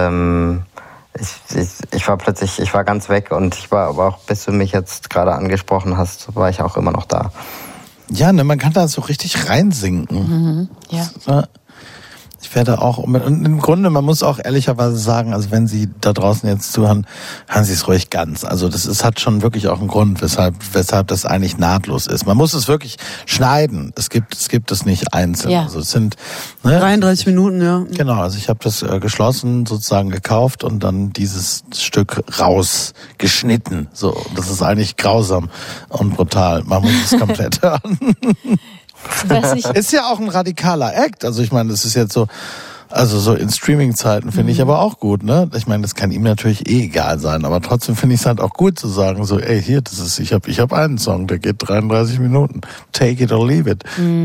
war ganz weg und ich war aber auch, bis du mich jetzt gerade angesprochen hast, war ich auch immer noch da. Ja, ne, man kann da so richtig reinsinken. Mhm, ja. Ich werde auch, und im Grunde, man muss auch ehrlicherweise sagen, also wenn Sie da draußen jetzt zuhören, hören Sie es ruhig ganz. Also das hat schon wirklich auch einen Grund, weshalb das eigentlich nahtlos ist. Man muss es wirklich schneiden. Es gibt es nicht einzeln. Ja. Also es sind 33 Minuten, ja. Genau, also ich habe das geschlossen, sozusagen gekauft und dann dieses Stück rausgeschnitten. So, das ist eigentlich grausam und brutal. Man muss es komplett hören. Ist ja auch ein radikaler Act. Also ich meine, das ist jetzt so, also so in Streaming-Zeiten finde ich aber auch gut, ne? Ich meine, das kann ihm natürlich egal sein, aber trotzdem finde ich es halt auch gut zu sagen, so, ey, hier, das ist, ich hab einen Song, der geht 33 Minuten. Take it or leave it.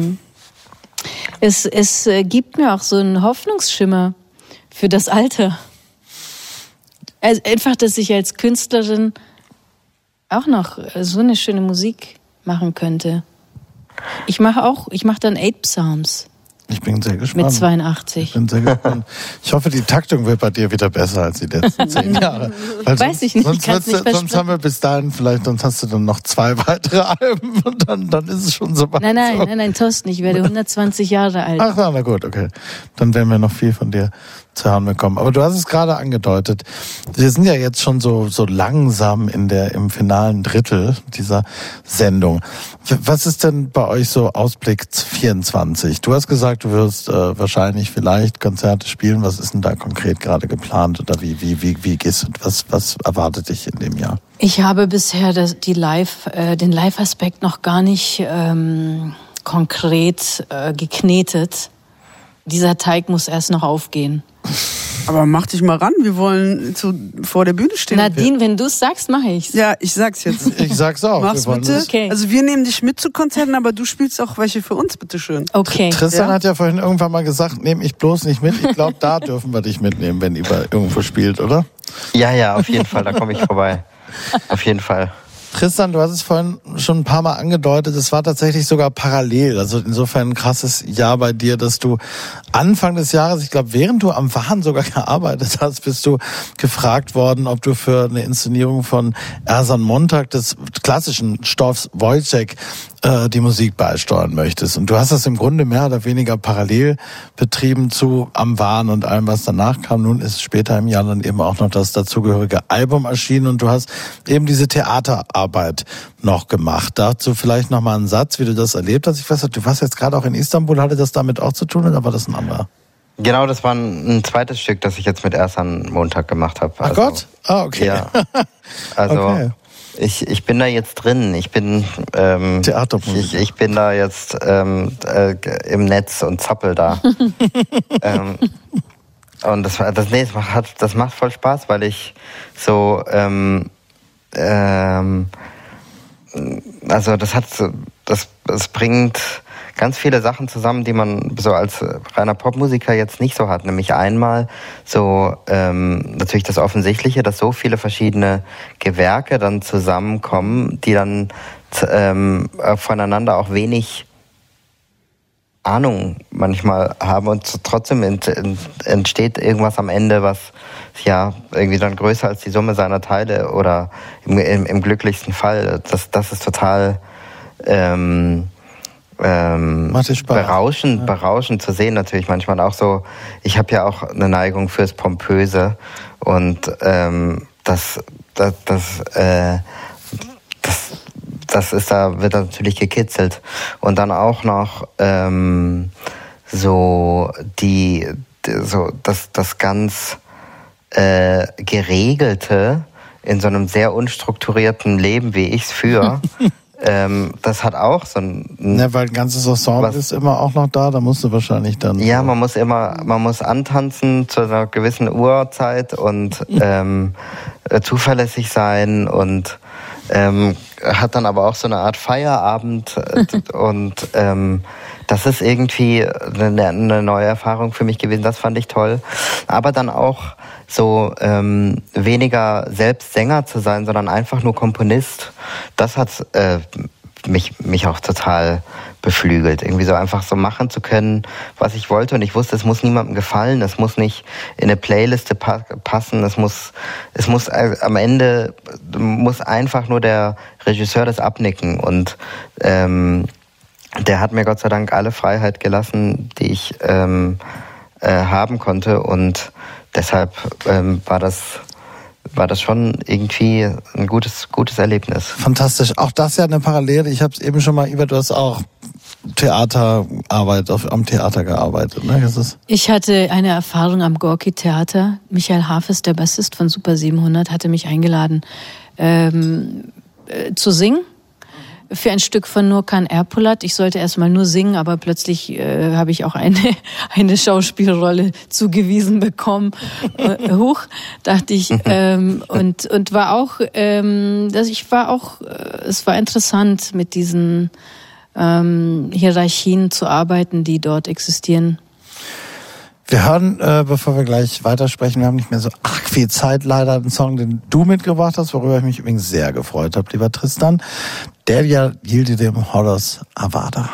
Es gibt mir auch so einen Hoffnungsschimmer für das Alter. Also einfach, dass ich als Künstlerin auch noch so eine schöne Musik machen könnte. Ich mache dann 8 Psalms. Ich bin sehr gespannt. Mit 82. Ich bin sehr gespannt. Ich hoffe, die Taktung wird bei dir wieder besser als die letzten 10 Jahre. Weil Weiß ich nicht, ich kann's nicht versprechen. Sonst haben wir bis dahin vielleicht, sonst hast du dann noch 2 weitere Alben und dann ist es schon so weit. Nein, Thorsten, ich werde 120 Jahre alt. Ach, na gut, okay. Dann werden wir noch viel von dir zu hören bekommen. Aber du hast es gerade angedeutet. Wir sind ja jetzt schon so langsam im finalen Drittel dieser Sendung. Was ist denn bei euch so Ausblick 24? Du hast gesagt, du wirst wahrscheinlich vielleicht Konzerte spielen. Was ist denn da konkret gerade geplant oder wie gehst du? Was erwartet dich in dem Jahr? Ich habe bisher den Live-Aspekt noch gar nicht konkret geknetet. Dieser Teig muss erst noch aufgehen. Aber mach dich mal ran, wir wollen vor der Bühne stehen. Nadine, wenn du es sagst, mache ich's. Ja, ich sag's jetzt. Ich sag's auch. Mach's bitte. Okay. Also wir nehmen dich mit zu Konzerten, aber du spielst auch welche für uns, bitteschön. Okay. Tristan hat ja vorhin irgendwann mal gesagt, nehme ich bloß nicht mit. Ich glaube, da dürfen wir dich mitnehmen, wenn ihr irgendwo spielt, oder? Ja, auf jeden Fall, da komme ich vorbei. Auf jeden Fall. Tristan, du hast es vorhin schon ein paar Mal angedeutet, es war tatsächlich sogar parallel. Also insofern ein krasses Jahr bei dir, dass du Anfang des Jahres, ich glaube, während du am Wahn sogar gearbeitet hast, bist du gefragt worden, ob du für eine Inszenierung von Ersan Montag des klassischen Stoffs Wojciech die Musik beisteuern möchtest. Und du hast das im Grunde mehr oder weniger parallel betrieben zu Am Wahn und allem, was danach kam. Nun ist später im Jahr dann eben auch noch das dazugehörige Album erschienen und du hast eben diese Theaterarbeit noch gemacht. Dazu vielleicht noch mal einen Satz, wie du das erlebt hast. Ich weiß nicht, du warst jetzt gerade auch in Istanbul, hatte das damit auch zu tun oder war das ein anderer? Genau, das war ein zweites Stück, das ich jetzt mit Ersan Montag gemacht habe. Ach Gott? Ah, okay. Ja. Also okay. Ich bin da jetzt drin. Ich bin ich bin da jetzt im Netz und zappel da. Und das macht voll Spaß, weil ich so also das bringt ganz viele Sachen zusammen, die man so als reiner Popmusiker jetzt nicht so hat. Nämlich einmal so natürlich das Offensichtliche, dass so viele verschiedene Gewerke dann zusammenkommen, die dann voneinander auch wenig Ahnung manchmal haben und trotzdem entsteht irgendwas am Ende, was ja irgendwie dann größer als die Summe seiner Teile oder im glücklichsten Fall. Das ist total berauschend zu sehen, natürlich manchmal auch so. Ich habe ja auch eine Neigung fürs Pompöse und das wird natürlich gekitzelt. Und dann auch noch das ganz Geregelte in so einem sehr unstrukturierten Leben, wie ich es führe. Das hat auch so ein... Ja, weil ein ganzes Ensemble ist immer auch noch da musst du wahrscheinlich dann... Ja, man muss antanzen zu einer gewissen Uhrzeit und zuverlässig sein und hat dann aber auch so eine Art Feierabend und das ist irgendwie eine neue Erfahrung für mich gewesen, das fand ich toll. Aber dann auch so weniger selbst Sänger zu sein, sondern einfach nur Komponist, das hat mich auch total beflügelt, irgendwie so einfach so machen zu können, was ich wollte. Und ich wusste, es muss niemandem gefallen, es muss nicht in eine Playliste passen, es muss am Ende muss einfach nur der Regisseur das abnicken. Und der hat mir Gott sei Dank alle Freiheit gelassen, die ich haben konnte. Und deshalb war das schon irgendwie ein gutes Erlebnis. Fantastisch. Auch das ja eine Parallele. Ich habe es eben schon mal, Iva, du hast auch am Theater gearbeitet. Ne? Ich hatte eine Erfahrung am Gorki-Theater. Michael Hafes, der Bassist von Super 700, hatte mich eingeladen zu singen für ein Stück von Nurkan Erpolat. Ich sollte erstmal nur singen, aber plötzlich habe ich auch eine Schauspielrolle zugewiesen bekommen. Dachte ich. Und war auch, es war interessant, mit diesen Hierarchien zu arbeiten, die dort existieren. Wir hören, bevor wir gleich weitersprechen, wir haben nicht mehr so arg viel Zeit, leider einen Song, den du mitgebracht hast, worüber ich mich übrigens sehr gefreut habe, lieber Tristan. Devya Yildirim Hodos Avada.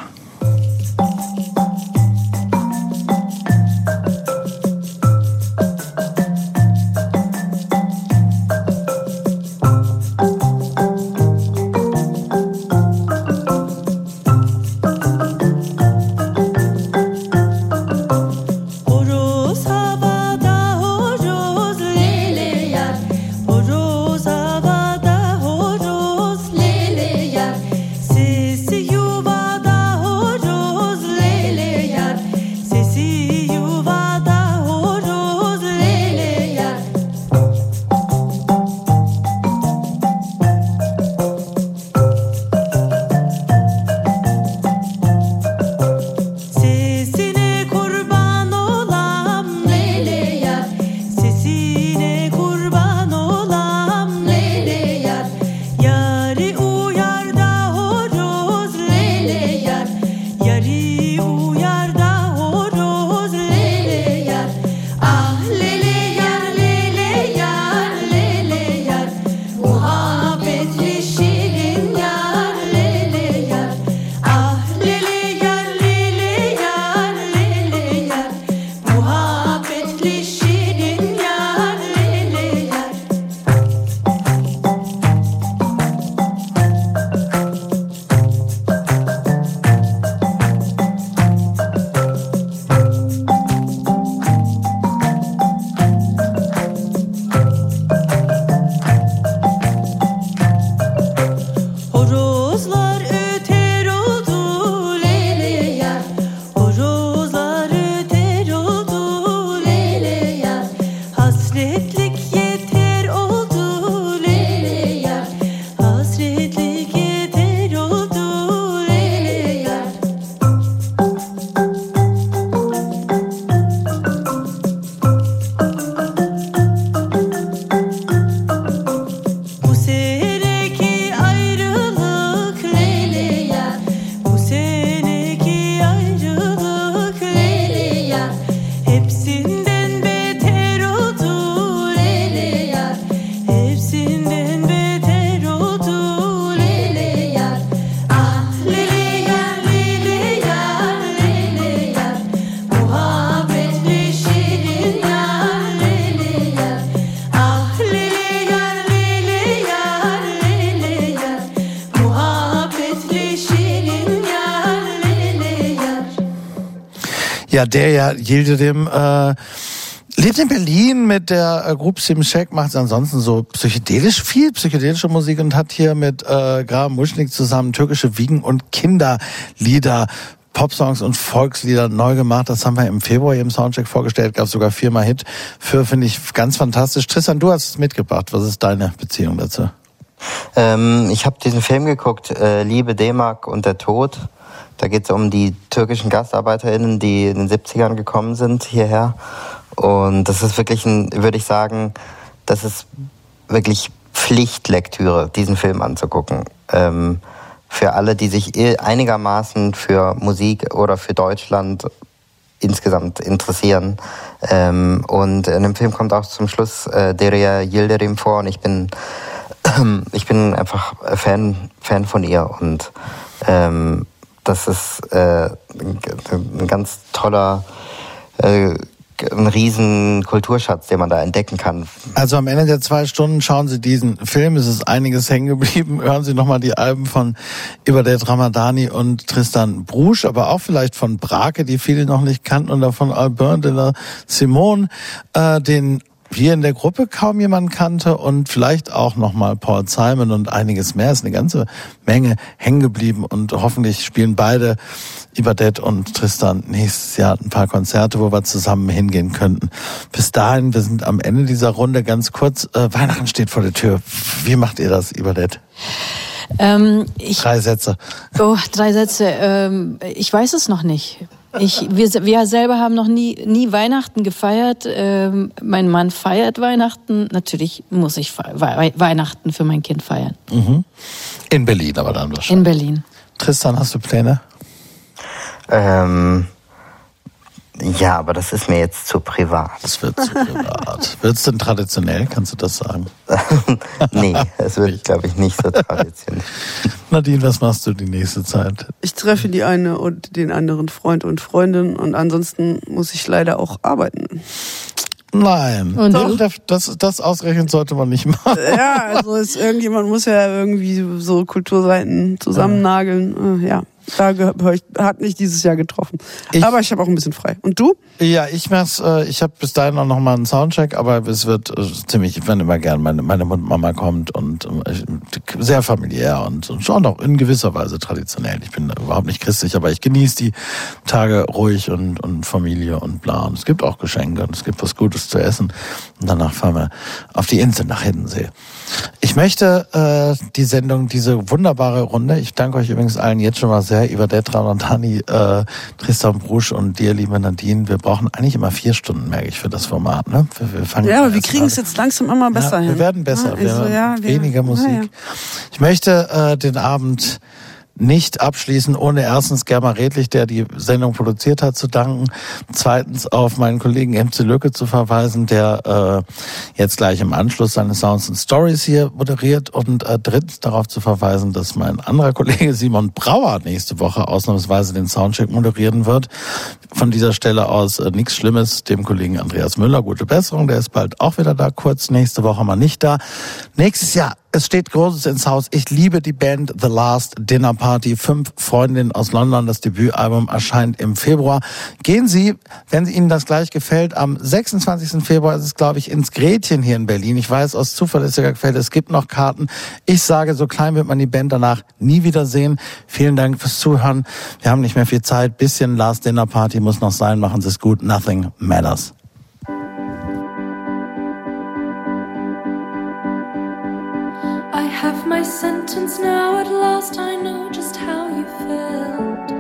Ja, Devya Yildirim lebt in Berlin mit der Group Simshek, macht ansonsten so viel psychedelische Musik und hat hier mit Graham Muschnik zusammen türkische Wiegen- und Kinderlieder, Popsongs und Volkslieder neu gemacht. Das haben wir im Februar hier im Soundcheck vorgestellt, gab sogar 4-mal Hit für, finde ich, ganz fantastisch. Tristan, du hast es mitgebracht. Was ist deine Beziehung dazu? Ich habe diesen Film geguckt, Liebe, D-Mark und der Tod. Da geht es um die türkischen GastarbeiterInnen, die in den 70ern gekommen sind hierher. Und das ist wirklich würde ich sagen, das ist wirklich Pflichtlektüre, diesen Film anzugucken. Für alle, die sich einigermaßen für Musik oder für Deutschland insgesamt interessieren. Und in dem Film kommt auch zum Schluss Devya Yildirim vor und ich bin einfach Fan von ihr und das ist ein ganz toller ein riesen Kulturschatz, den man da entdecken kann. Also am Ende der 2 Stunden schauen Sie diesen Film, es ist einiges hängen geblieben, hören Sie nochmal die Alben von Ibadet Ramadani und Tristan Brusch, aber auch vielleicht von Brake, die viele noch nicht kannten, oder von Albin de la Simone, den hier in der Gruppe kaum jemand kannte, und vielleicht auch nochmal Paul Simon und einiges mehr. Es ist eine ganze Menge hängen geblieben, und hoffentlich spielen beide, Ibadet und Tristan, nächstes Jahr ein paar Konzerte, wo wir zusammen hingehen könnten. Bis dahin, wir sind am Ende dieser Runde. Ganz kurz, Weihnachten steht vor der Tür. Wie macht ihr das, Ibadet? 3 Sätze. Oh, 3 Sätze. Ich weiß es noch nicht. Wir selber haben noch nie Weihnachten gefeiert. Mein Mann feiert Weihnachten. Natürlich muss ich Weihnachten für mein Kind feiern. Mhm. In Berlin aber dann wahrscheinlich. In Berlin. Tristan, hast du Pläne? Ja, aber das ist mir jetzt zu privat. Das wird zu privat. Wird es denn traditionell? Kannst du das sagen? Nee, es wird, glaube ich, nicht so traditionell. Nadine, was machst du die nächste Zeit? Ich treffe die eine und den anderen Freund und Freundin, und ansonsten muss ich leider auch arbeiten. Nein, und doch, das ausrechnen sollte man nicht machen. Ja, also irgendjemand muss ja irgendwie so Kulturseiten zusammennageln. Ja. Da hat mich dieses Jahr getroffen. Aber ich habe auch ein bisschen frei. Und du? Ja, ich mach's. Ich habe bis dahin auch noch mal einen Soundcheck, aber es wird ziemlich, wenn immer gern meine Mama kommt, und sehr familiär und schon auch in gewisser Weise traditionell. Ich bin überhaupt nicht christlich, aber ich genieße die Tage ruhig und Familie und bla. Und es gibt auch Geschenke und es gibt was Gutes zu essen. Und danach fahren wir auf die Insel nach Hiddensee. Ich möchte die Sendung, diese wunderbare Runde, ich danke euch übrigens allen jetzt schon mal sehr, Ibadet Ramadani, Tristan Brusch und dir, liebe Nadine. Wir brauchen eigentlich immer 4 Stunden, merke ich, für das Format. Ne? Wir fangen aber wir kriegen es jetzt langsam immer besser hin. Wir werden besser, wir haben weniger Musik. Ja. Ich möchte den Abend nicht abschließen, ohne erstens Germa Redlich, der die Sendung produziert hat, zu danken. Zweitens auf meinen Kollegen MC Lücke zu verweisen, der jetzt gleich im Anschluss seine Sounds and Stories hier moderiert. Und drittens darauf zu verweisen, dass mein anderer Kollege Simon Brauer nächste Woche ausnahmsweise den Soundcheck moderieren wird. Von dieser Stelle aus nichts Schlimmes dem Kollegen Andreas Müller. Gute Besserung, der ist bald auch wieder da. Kurz nächste Woche mal nicht da. Nächstes Jahr, es steht Großes ins Haus. Ich liebe die Band The Last Dinner Party. 5 Freundinnen aus London. Das Debütalbum erscheint im Februar. Gehen Sie, wenn Ihnen das gleich gefällt, am 26. Februar ist es, glaube ich, ins Gretchen hier in Berlin. Ich weiß aus zuverlässiger Quelle, es gibt noch Karten. Ich sage, so klein wird man die Band danach nie wieder sehen. Vielen Dank fürs Zuhören. Wir haben nicht mehr viel Zeit. Bisschen Last Dinner Party muss noch sein. Machen Sie es gut. Nothing matters. I have my sentence now, at last I know just how you felt.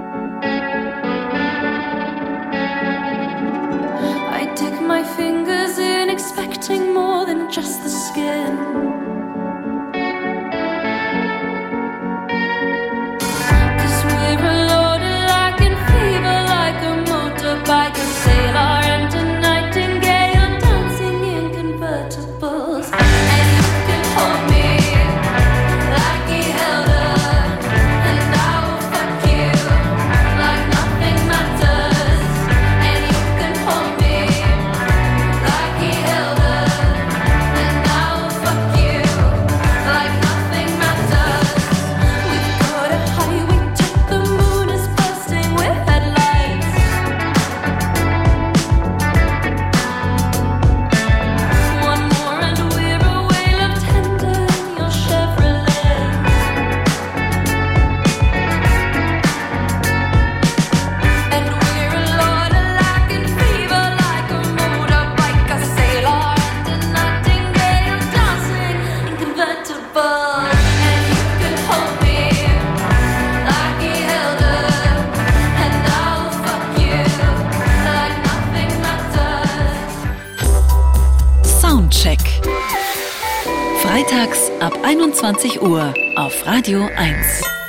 I dig my fingers in, expecting more than just the skin. 'Cause we're a loaded like in fever, like a motorbike, a sailor and a nightingale, dancing in convertibles. And you can hold me like he held her, and I will fuck you like nothing matters. And you can hold me like he held her, and I will fuck you like nothing matters. We've got a highway to the moon is bursting with headlights. One more and we're away, love tender in your Chevrolet. And we're a lot alike in fever, like a motorbike, a sailor and a nightingale, dancing in convertibles. And you can hold me like he held her, and I'll fuck you like nothing matters. Soundcheck. Freitags ab 21 Uhr auf Radio 1.